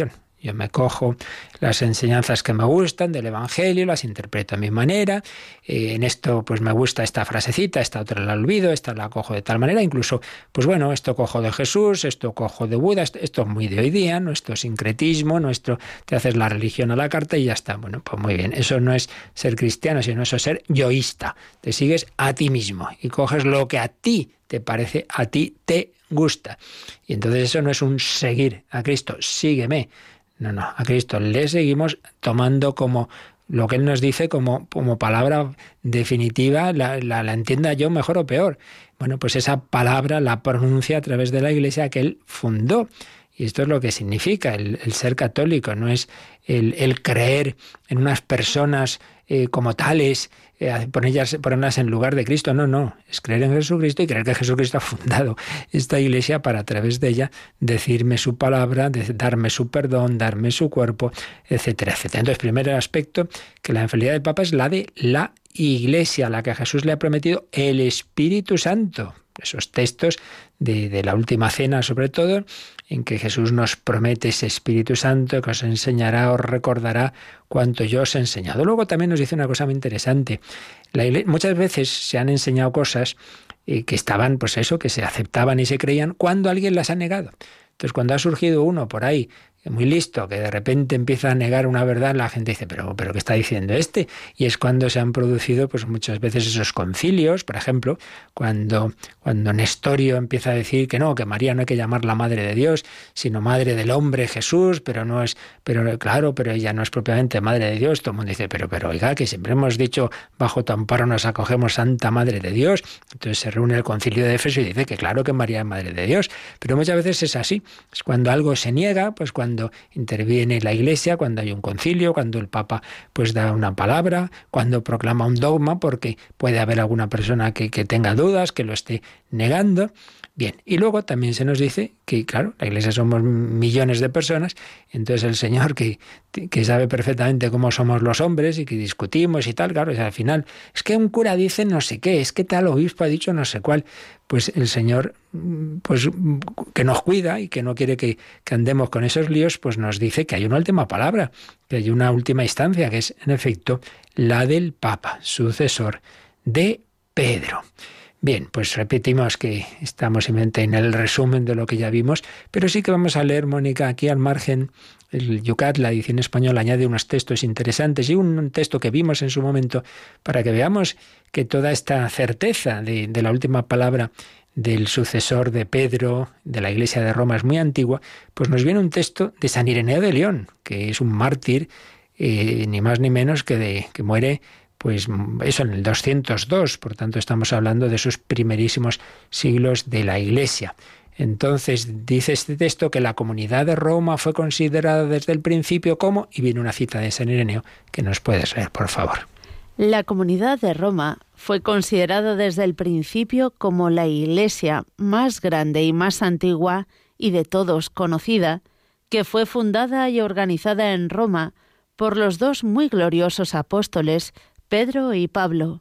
Yo me cojo las enseñanzas que me gustan del Evangelio, las interpreto a mi manera. Eh, en esto pues me gusta esta frasecita, esta otra la olvido, esta la cojo de tal manera. Incluso, pues bueno, esto cojo de Jesús, esto cojo de Buda, esto, esto es muy de hoy día, nuestro sincretismo, nuestro, te haces la religión a la carta y ya está. Bueno, pues muy bien. Eso no es ser cristiano, sino eso es ser yoísta. Te sigues a ti mismo y coges lo que a ti te parece, a ti te gusta. Y entonces eso no es un seguir a Cristo, sígueme. No, no, a Cristo le seguimos tomando como lo que Él nos dice como, como palabra definitiva, la, la, la entienda yo mejor o peor. Bueno, pues esa palabra la pronuncia a través de la Iglesia que Él fundó. Y esto es lo que significa el, el ser católico, no es el, el creer en unas personas eh, como tales, eh, ponerlas, ponerlas en lugar de Cristo. No, no, es creer en Jesucristo y creer que Jesucristo ha fundado esta Iglesia para a través de ella decirme su palabra, de, darme su perdón, darme su cuerpo, etcétera, etcétera. Entonces, primer aspecto, que la infalibilidad del Papa es la de la Iglesia, a la que Jesús le ha prometido el Espíritu Santo. Esos textos de, de la última cena, sobre todo, en que Jesús nos promete ese Espíritu Santo que os enseñará, os recordará cuanto yo os he enseñado. Luego también nos dice una cosa muy interesante. La iglesia, muchas veces se han enseñado cosas eh, que estaban, pues eso, que se aceptaban y se creían cuando alguien las ha negado. Entonces, cuando ha surgido uno por ahí muy listo, que de repente empieza a negar una verdad, la gente dice, pero, pero ¿qué está diciendo este? Y es cuando se han producido pues muchas veces esos concilios, por ejemplo, cuando, cuando Nestorio empieza a decir que no, que María no hay que llamarla Madre de Dios, sino Madre del hombre Jesús, pero no es, pero claro, pero ella no es propiamente Madre de Dios. Todo el mundo dice, pero, pero oiga, que siempre hemos dicho, bajo tu amparo nos acogemos Santa Madre de Dios. Entonces se reúne el concilio de Éfeso y dice que claro que María es Madre de Dios, pero muchas veces es así, es cuando algo se niega, pues cuando Cuando interviene la Iglesia, cuando hay un concilio, cuando el Papa pues da una palabra, cuando proclama un dogma, porque puede haber alguna persona que, que tenga dudas, que lo esté negando. Bien, y luego también se nos dice que, claro, la Iglesia somos millones de personas, entonces el Señor, que, que sabe perfectamente cómo somos los hombres y que discutimos y tal, claro, o sea, al final, es que un cura dice no sé qué, es que tal obispo ha dicho no sé cuál, pues el Señor, pues que nos cuida y que no quiere que, que andemos con esos líos, pues nos dice que hay una última palabra, que hay una última instancia, que es, en efecto, la del Papa, sucesor de Pedro. Bien, pues repetimos que estamos simplemente en el resumen de lo que ya vimos, pero sí que vamos a leer, Mónica, aquí al margen, el Yucat, la edición española, añade unos textos interesantes y un texto que vimos en su momento para que veamos que toda esta certeza de, de la última palabra del sucesor de Pedro, de la Iglesia de Roma, es muy antigua, pues nos viene un texto de San Ireneo de León, que es un mártir, eh, ni más ni menos que, de, que muere pues eso en el doscientos dos, por tanto estamos hablando de esos primerísimos siglos de la Iglesia. Entonces dice este texto que la comunidad de Roma fue considerada desde el principio como, y viene una cita de San Ireneo que nos puedes leer, por favor. La comunidad de Roma fue considerada desde el principio como la Iglesia más grande y más antigua y de todos conocida, que fue fundada y organizada en Roma por los dos muy gloriosos apóstoles, Pedro y Pablo.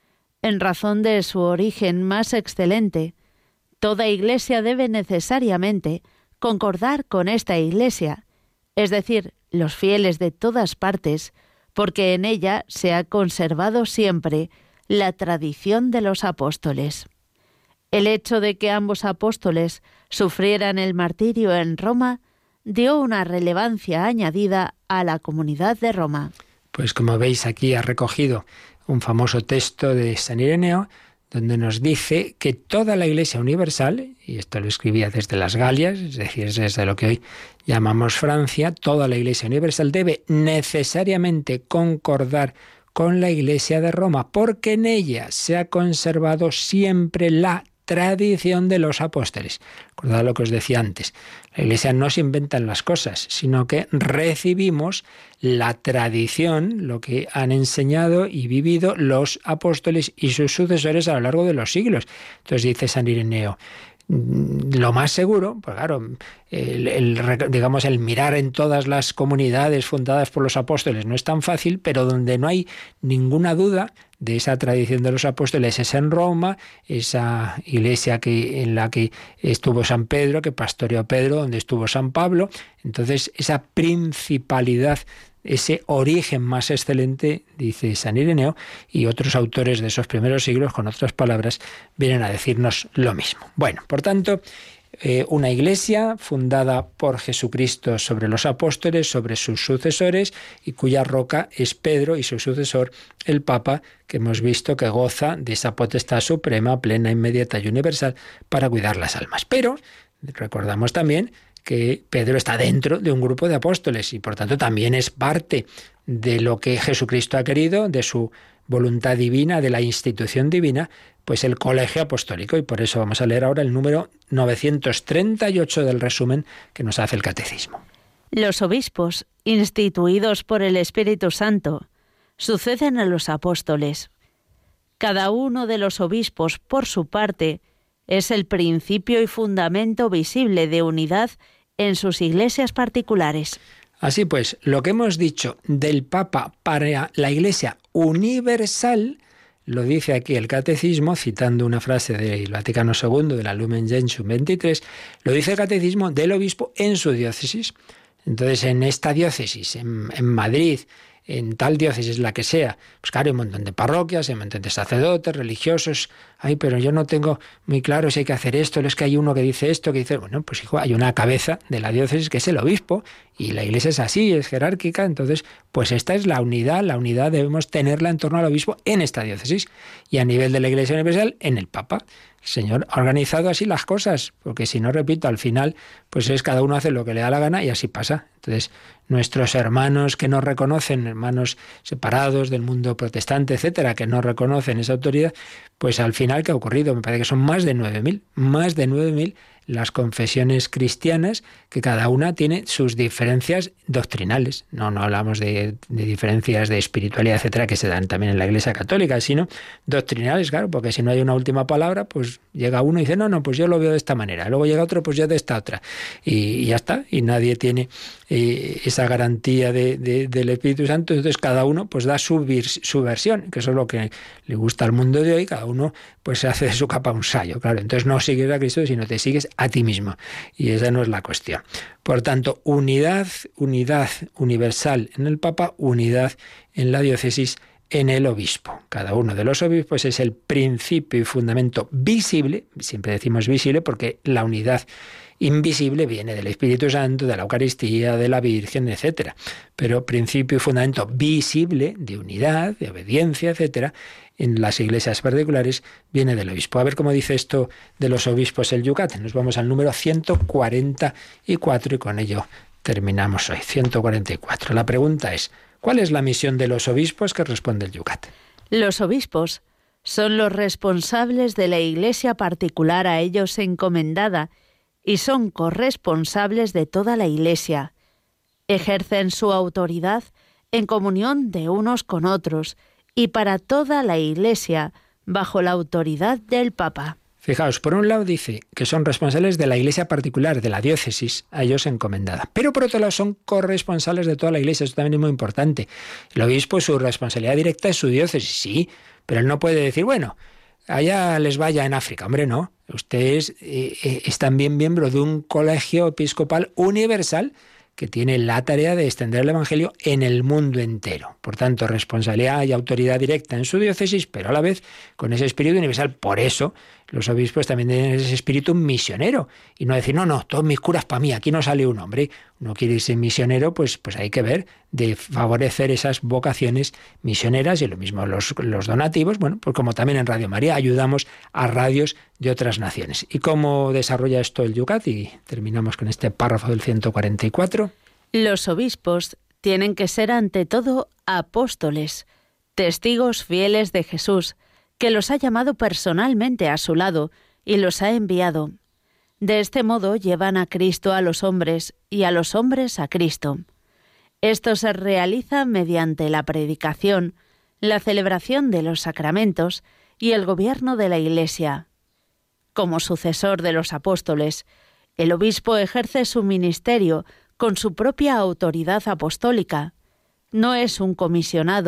En razón de su origen más excelente, toda Iglesia debe necesariamente concordar con esta Iglesia, es decir, los fieles de todas partes, porque en ella se ha conservado siempre la tradición de los apóstoles. El hecho de que ambos apóstoles sufrieran el martirio en Roma dio una relevancia añadida a la comunidad de Roma. Pues como veis aquí ha recogido un famoso texto de San Ireneo donde nos dice que toda la Iglesia universal, y esto lo escribía desde las Galias, es decir, desde lo que hoy llamamos Francia, toda la Iglesia universal debe necesariamente concordar con la Iglesia de Roma, porque en ella se ha conservado siempre la tradición de los apóstoles. Recordad lo que os decía antes. La Iglesia no se inventan las cosas, sino que recibimos la tradición, lo que han enseñado y vivido los apóstoles y sus sucesores a lo largo de los siglos. Entonces dice San Ireneo, lo más seguro, pues claro, el, el, digamos, el mirar en todas las comunidades fundadas por los apóstoles no es tan fácil, pero donde no hay ninguna duda de esa tradición de los apóstoles es en Roma, esa iglesia que, en la que estuvo San Pedro, que pastoreó Pedro, donde estuvo San Pablo. Entonces, esa principalidad, ese origen más excelente, dice San Ireneo, y otros autores de esos primeros siglos, con otras palabras, vienen a decirnos lo mismo. Bueno, por tanto, eh, una iglesia fundada por Jesucristo sobre los apóstoles, sobre sus sucesores, y cuya roca es Pedro y su sucesor, el Papa, que hemos visto que goza de esa potestad suprema, plena, inmediata y universal para cuidar las almas. Pero recordamos también que Pedro está dentro de un grupo de apóstoles y por tanto también es parte de lo que Jesucristo ha querido, de su voluntad divina, de la institución divina, pues el colegio apostólico. Y por eso vamos a leer ahora el número novecientos treinta y ocho del resumen que nos hace el Catecismo. Los obispos, instituidos por el Espíritu Santo, suceden a los apóstoles. Cada uno de los obispos, por su parte, es el principio y fundamento visible de unidad en sus iglesias particulares. Así pues, lo que hemos dicho del Papa para la Iglesia universal, lo dice aquí el Catecismo, citando una frase del Vaticano segundo, de la Lumen Gentium veintitrés, lo dice el Catecismo del obispo en su diócesis. Entonces, en esta diócesis, en, en Madrid, en tal diócesis, la que sea, pues claro, hay un montón de parroquias, hay un montón de sacerdotes, religiosos. Ay, pero yo no tengo muy claro si hay que hacer esto, es que hay uno que dice esto, que dice, bueno, pues hijo, hay una cabeza de la diócesis que es el obispo, y la iglesia es así, es jerárquica, entonces, pues esta es la unidad, la unidad debemos tenerla en torno al obispo en esta diócesis, y a nivel de la Iglesia Universal, en el Papa. El Señor ha organizado así las cosas, porque si no, repito, al final, pues es cada uno hace lo que le da la gana y así pasa. Entonces, nuestros hermanos que no reconocen, hermanos separados del mundo protestante, etcétera, que no reconocen esa autoridad, pues al final, ¿qué ha ocurrido? Me parece que son más de nueve mil, más de nueve mil las confesiones cristianas, que cada una tiene sus diferencias doctrinales. No, no hablamos de, de diferencias de espiritualidad, etcétera, que se dan también en la Iglesia Católica, sino doctrinales, claro, porque si no hay una última palabra, pues llega uno y dice, no, no, pues yo lo veo de esta manera. Luego llega otro, pues yo de esta otra. Y, y ya está. Y nadie tiene eh, esa garantía de, de, del Espíritu Santo. Entonces cada uno pues da su, su versión, que eso es lo que le gusta al mundo de hoy. Cada uno pues se hace de su capa un sayo, claro. Entonces no sigues a Cristo, sino te sigues a ti mismo. Y esa no es la cuestión. Por tanto, unidad, unidad universal en el Papa, unidad en la diócesis, en el obispo. Cada uno de los obispos es el principio y fundamento visible, siempre decimos visible porque la unidad invisible viene del Espíritu Santo, de la Eucaristía, de la Virgen, etcétera. Pero principio y fundamento visible de unidad, de obediencia, etcétera, en las iglesias particulares viene del obispo. A ver cómo dice esto de los obispos el Yucat. Nos vamos al número ciento cuarenta y cuatro y con ello terminamos hoy. ciento cuarenta y cuatro. La pregunta es, ¿cuál es la misión de los obispos? Que responde el Yucat. Los obispos son los responsables de la iglesia particular a ellos encomendada y son corresponsables de toda la iglesia. Ejercen su autoridad en comunión de unos con otros y para toda la iglesia bajo la autoridad del Papa. Fijaos, por un lado dice que son responsables de la iglesia particular, de la diócesis, a ellos encomendada. Pero por otro lado son corresponsables de toda la iglesia, esto también es muy importante. El obispo, su responsabilidad directa es su diócesis, sí, pero él no puede decir, bueno, allá les vaya en África. Hombre, no. Usted es, eh, es también miembro de un colegio episcopal universal que tiene la tarea de extender el Evangelio en el mundo entero. Por tanto, responsabilidad y autoridad directa en su diócesis, pero a la vez con ese espíritu universal. Por eso, los obispos también tienen ese espíritu misionero. Y no decir, no, no, todos mis curas para mí, aquí no sale un hombre. Uno quiere ser misionero, pues, pues hay que ver de favorecer esas vocaciones misioneras y lo mismo los, los donativos. Bueno, pues como también en Radio María ayudamos a radios de otras naciones. ¿Y cómo desarrolla esto el Yucat? Y terminamos con este párrafo del ciento cuarenta y cuatro. Los obispos tienen que ser ante todo apóstoles, testigos fieles de Jesús, que los ha llamado personalmente a su lado y los ha enviado. De este modo llevan a Cristo a los hombres y a los hombres a Cristo. Esto se realiza mediante la predicación, la celebración de los sacramentos y el gobierno de la Iglesia. Como sucesor de los apóstoles, el obispo ejerce su ministerio con su propia autoridad apostólica. No es un comisionado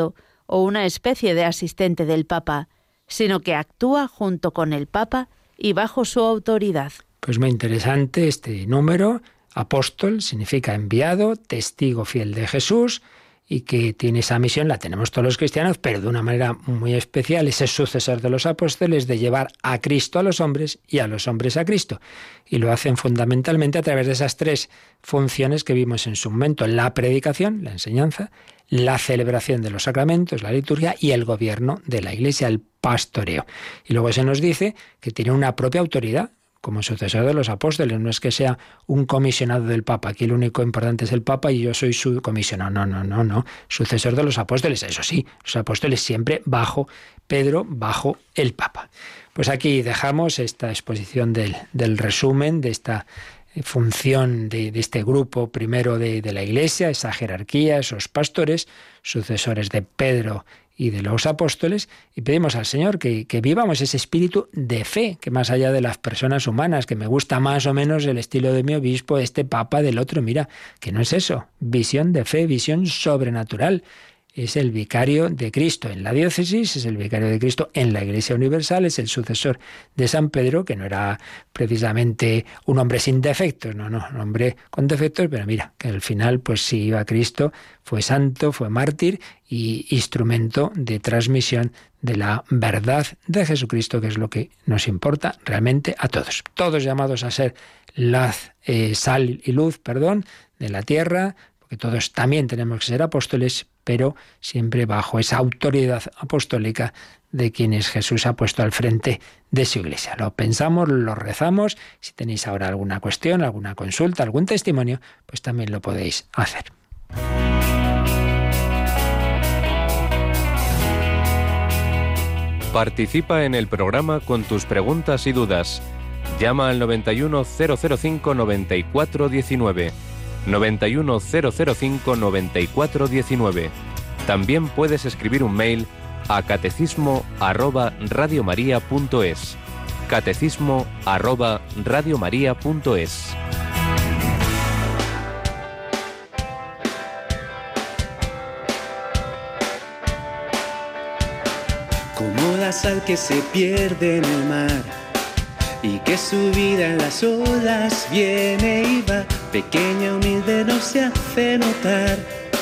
o una especie de asistente del Papa, sino que actúa junto con el Papa y bajo su autoridad. Pues muy interesante este número. Apóstol significa enviado, testigo fiel de Jesús, y que tiene esa misión, la tenemos todos los cristianos, pero de una manera muy especial, es el sucesor de los apóstoles, de llevar a Cristo a los hombres y a los hombres a Cristo. Y lo hacen fundamentalmente a través de esas tres funciones que vimos en su momento: la predicación, la enseñanza, la celebración de los sacramentos, la liturgia, y el gobierno de la Iglesia, el pastoreo. Y luego se nos dice que tiene una propia autoridad como sucesor de los apóstoles. No es que sea un comisionado del Papa, aquí el único importante es el Papa y yo soy su comisionado. No, no, no, no. Sucesor de los apóstoles, eso sí, los apóstoles siempre bajo Pedro, bajo el Papa. Pues aquí dejamos esta exposición del, del resumen de esta función de, de este grupo primero de, de la Iglesia, esa jerarquía, esos pastores, sucesores de Pedro y de los apóstoles, y pedimos al Señor que, que vivamos ese espíritu de fe, que más allá de las personas humanas, que me gusta más o menos el estilo de mi obispo, este papa, del otro, mira, que no es eso, visión de fe, visión sobrenatural. Es el vicario de Cristo en la diócesis, es el vicario de Cristo en la Iglesia Universal, es el sucesor de San Pedro, que no era precisamente un hombre sin defectos, no, no, un hombre con defectos, pero mira, que al final pues sí iba a Cristo, fue santo, fue mártir y instrumento de transmisión de la verdad de Jesucristo, que es lo que nos importa realmente a todos. Todos llamados a ser la eh, sal y luz, perdón, de la tierra, porque todos también tenemos que ser apóstoles, pero siempre bajo esa autoridad apostólica de quienes Jesús ha puesto al frente de su Iglesia. Lo pensamos, lo rezamos. Si tenéis ahora alguna cuestión, alguna consulta, algún testimonio, pues también lo podéis hacer. Participa en el programa con tus preguntas y dudas. Llama al noventa y uno cero cero cinco noventa y cuatro diecinueve. noventa y uno cero cero cinco noventa y cuatro diecinueve. También puedes escribir un mail a catecismo arroba radiomaria.es. Catecismo arroba radiomaria.es. Como la sal que se pierde en el mar y que su vida en las olas viene y va, pequeña, humilde, no se hace notar,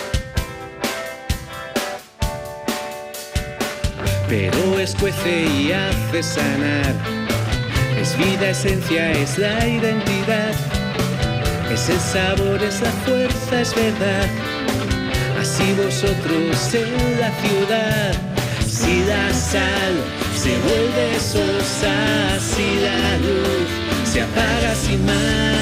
pero escuece y hace sanar. Es vida, esencia, es la identidad, es el sabor, es la fuerza, es verdad. Así vosotros en la ciudad, si la sal se vuelve sosa, si la luz se apaga sin más,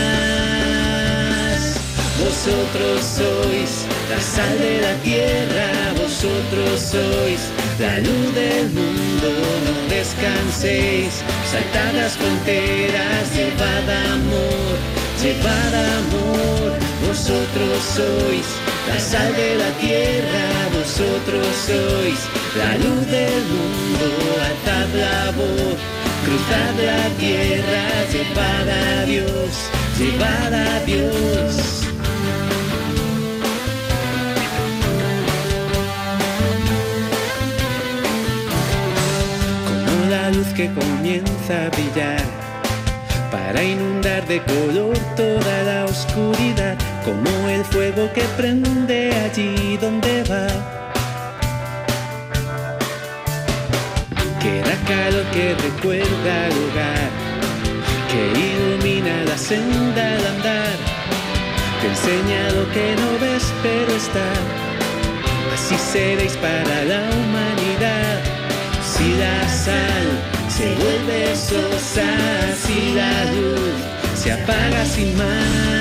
vosotros sois la sal de la tierra, vosotros sois la luz del mundo. No descanséis, saltad las fronteras, llevad amor, llevad amor. Vosotros sois la sal de la tierra, vosotros sois la luz del mundo. Alzad la voz, cruzad la tierra, llevad a Dios, llevad a Dios. Como la luz que comienza a brillar para inundar de color toda la oscuridad, como el fuego que prende allí donde va, que da calor, que recuerda el hogar, que ilumina la senda al andar, te enseña lo que no ves pero está. Así seréis para la humanidad. Si la sal se vuelve sosa, si la luz se apaga sin más,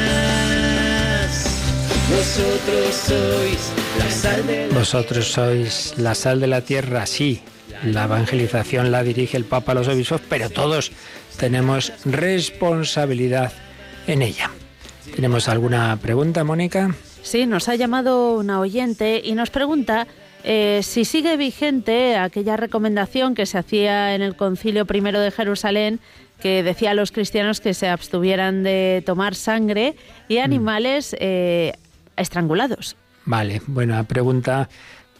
vosotros sois la sal de la Vosotros sois la sal de la tierra, sí. La evangelización la dirige el Papa a los obispos, pero todos tenemos responsabilidad en ella. ¿Tenemos alguna pregunta, Mónica? Sí, nos ha llamado una oyente y nos pregunta eh, si sigue vigente aquella recomendación que se hacía en el Concilio Primero de Jerusalén, que decía a los cristianos que se abstuvieran de tomar sangre y animales eh, estrangulados. Vale, buena pregunta.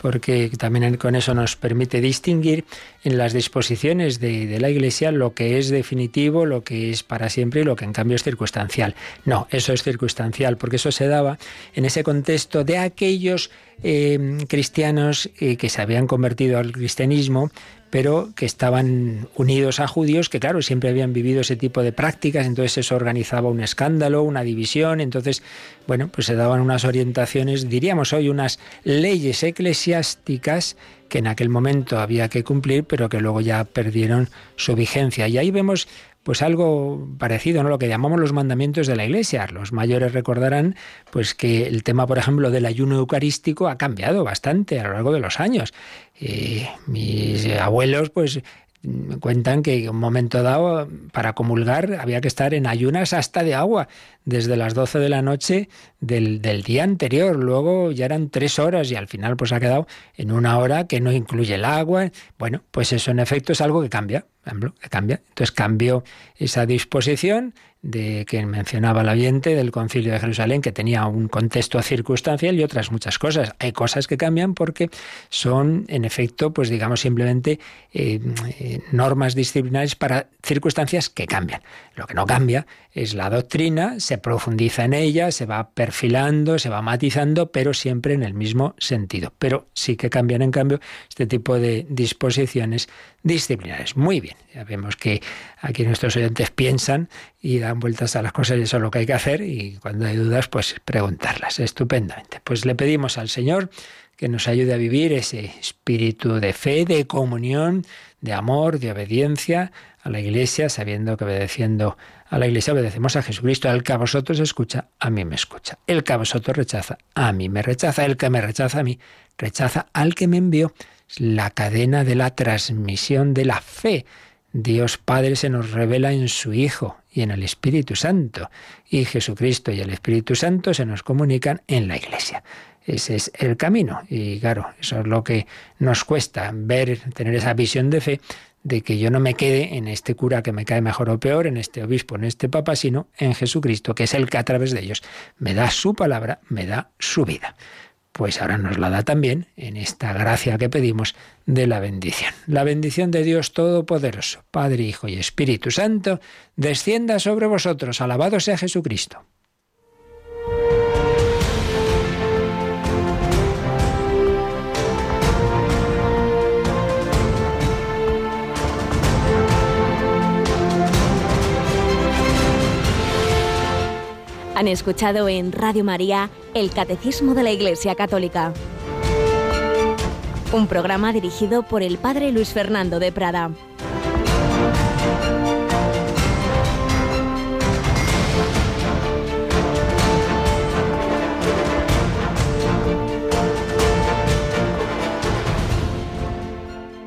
porque también con eso nos permite distinguir en las disposiciones de, de la Iglesia lo que es definitivo, lo que es para siempre y lo que en cambio es circunstancial. No, eso es circunstancial, porque eso se daba en ese contexto de aquellos eh, cristianos eh, que se habían convertido al cristianismo, pero que estaban unidos a judíos, que claro, siempre habían vivido ese tipo de prácticas, entonces eso organizaba un escándalo, una división, entonces, bueno, pues se daban unas orientaciones, diríamos hoy, unas leyes eclesiásticas que en aquel momento había que cumplir, pero que luego ya perdieron su vigencia. Y ahí vemos pues algo parecido, ¿no? Lo que llamamos los mandamientos de la Iglesia. Los mayores recordarán pues que el tema, por ejemplo, del ayuno eucarístico ha cambiado bastante a lo largo de los años. Eh, mis abuelos, pues cuentan que en un momento dado, para comulgar, había que estar en ayunas hasta de agua, desde las doce de la noche del, del día anterior. Luego ya eran tres horas y al final pues ha quedado en una hora que no incluye el agua. Bueno, pues eso en efecto es algo que cambia, que cambia. Entonces cambió esa disposición de que mencionaba el oyente del Concilio de Jerusalén, que tenía un contexto circunstancial y otras muchas cosas. Hay cosas que cambian porque son, en efecto, pues digamos simplemente eh, eh, normas disciplinares para circunstancias que cambian. Lo que no cambia es la doctrina, se profundiza en ella, se va perfilando, se va matizando, pero siempre en el mismo sentido. Pero sí que cambian, en cambio, este tipo de disposiciones disciplinares. Muy bien, ya vemos que aquí nuestros oyentes piensan y dan vueltas a las cosas y eso es lo que hay que hacer, y cuando hay dudas, pues preguntarlas. Estupendamente. Pues le pedimos al Señor que nos ayude a vivir ese espíritu de fe, de comunión, de amor, de obediencia a la Iglesia, sabiendo que obedeciendo a la Iglesia obedecemos a Jesucristo. El que a vosotros escucha, a mí me escucha. El que a vosotros rechaza, a mí me rechaza. El que me rechaza a mí, rechaza al que me envió. Es la cadena de la transmisión de la fe. Dios Padre se nos revela en su Hijo y en el Espíritu Santo. Y Jesucristo y el Espíritu Santo se nos comunican en la Iglesia. Ese es el camino. Y claro, eso es lo que nos cuesta, ver, tener esa visión de fe, de que yo no me quede en este cura que me cae mejor o peor, en este obispo, en este papa, sino en Jesucristo, que es el que a través de ellos me da su palabra, me da su vida. Pues ahora nos la da también en esta gracia que pedimos de la bendición. La bendición de Dios Todopoderoso, Padre, Hijo y Espíritu Santo, descienda sobre vosotros. Alabado sea Jesucristo. Han escuchado en Radio María el Catecismo de la Iglesia Católica, un programa dirigido por el Padre Luis Fernando de Prada.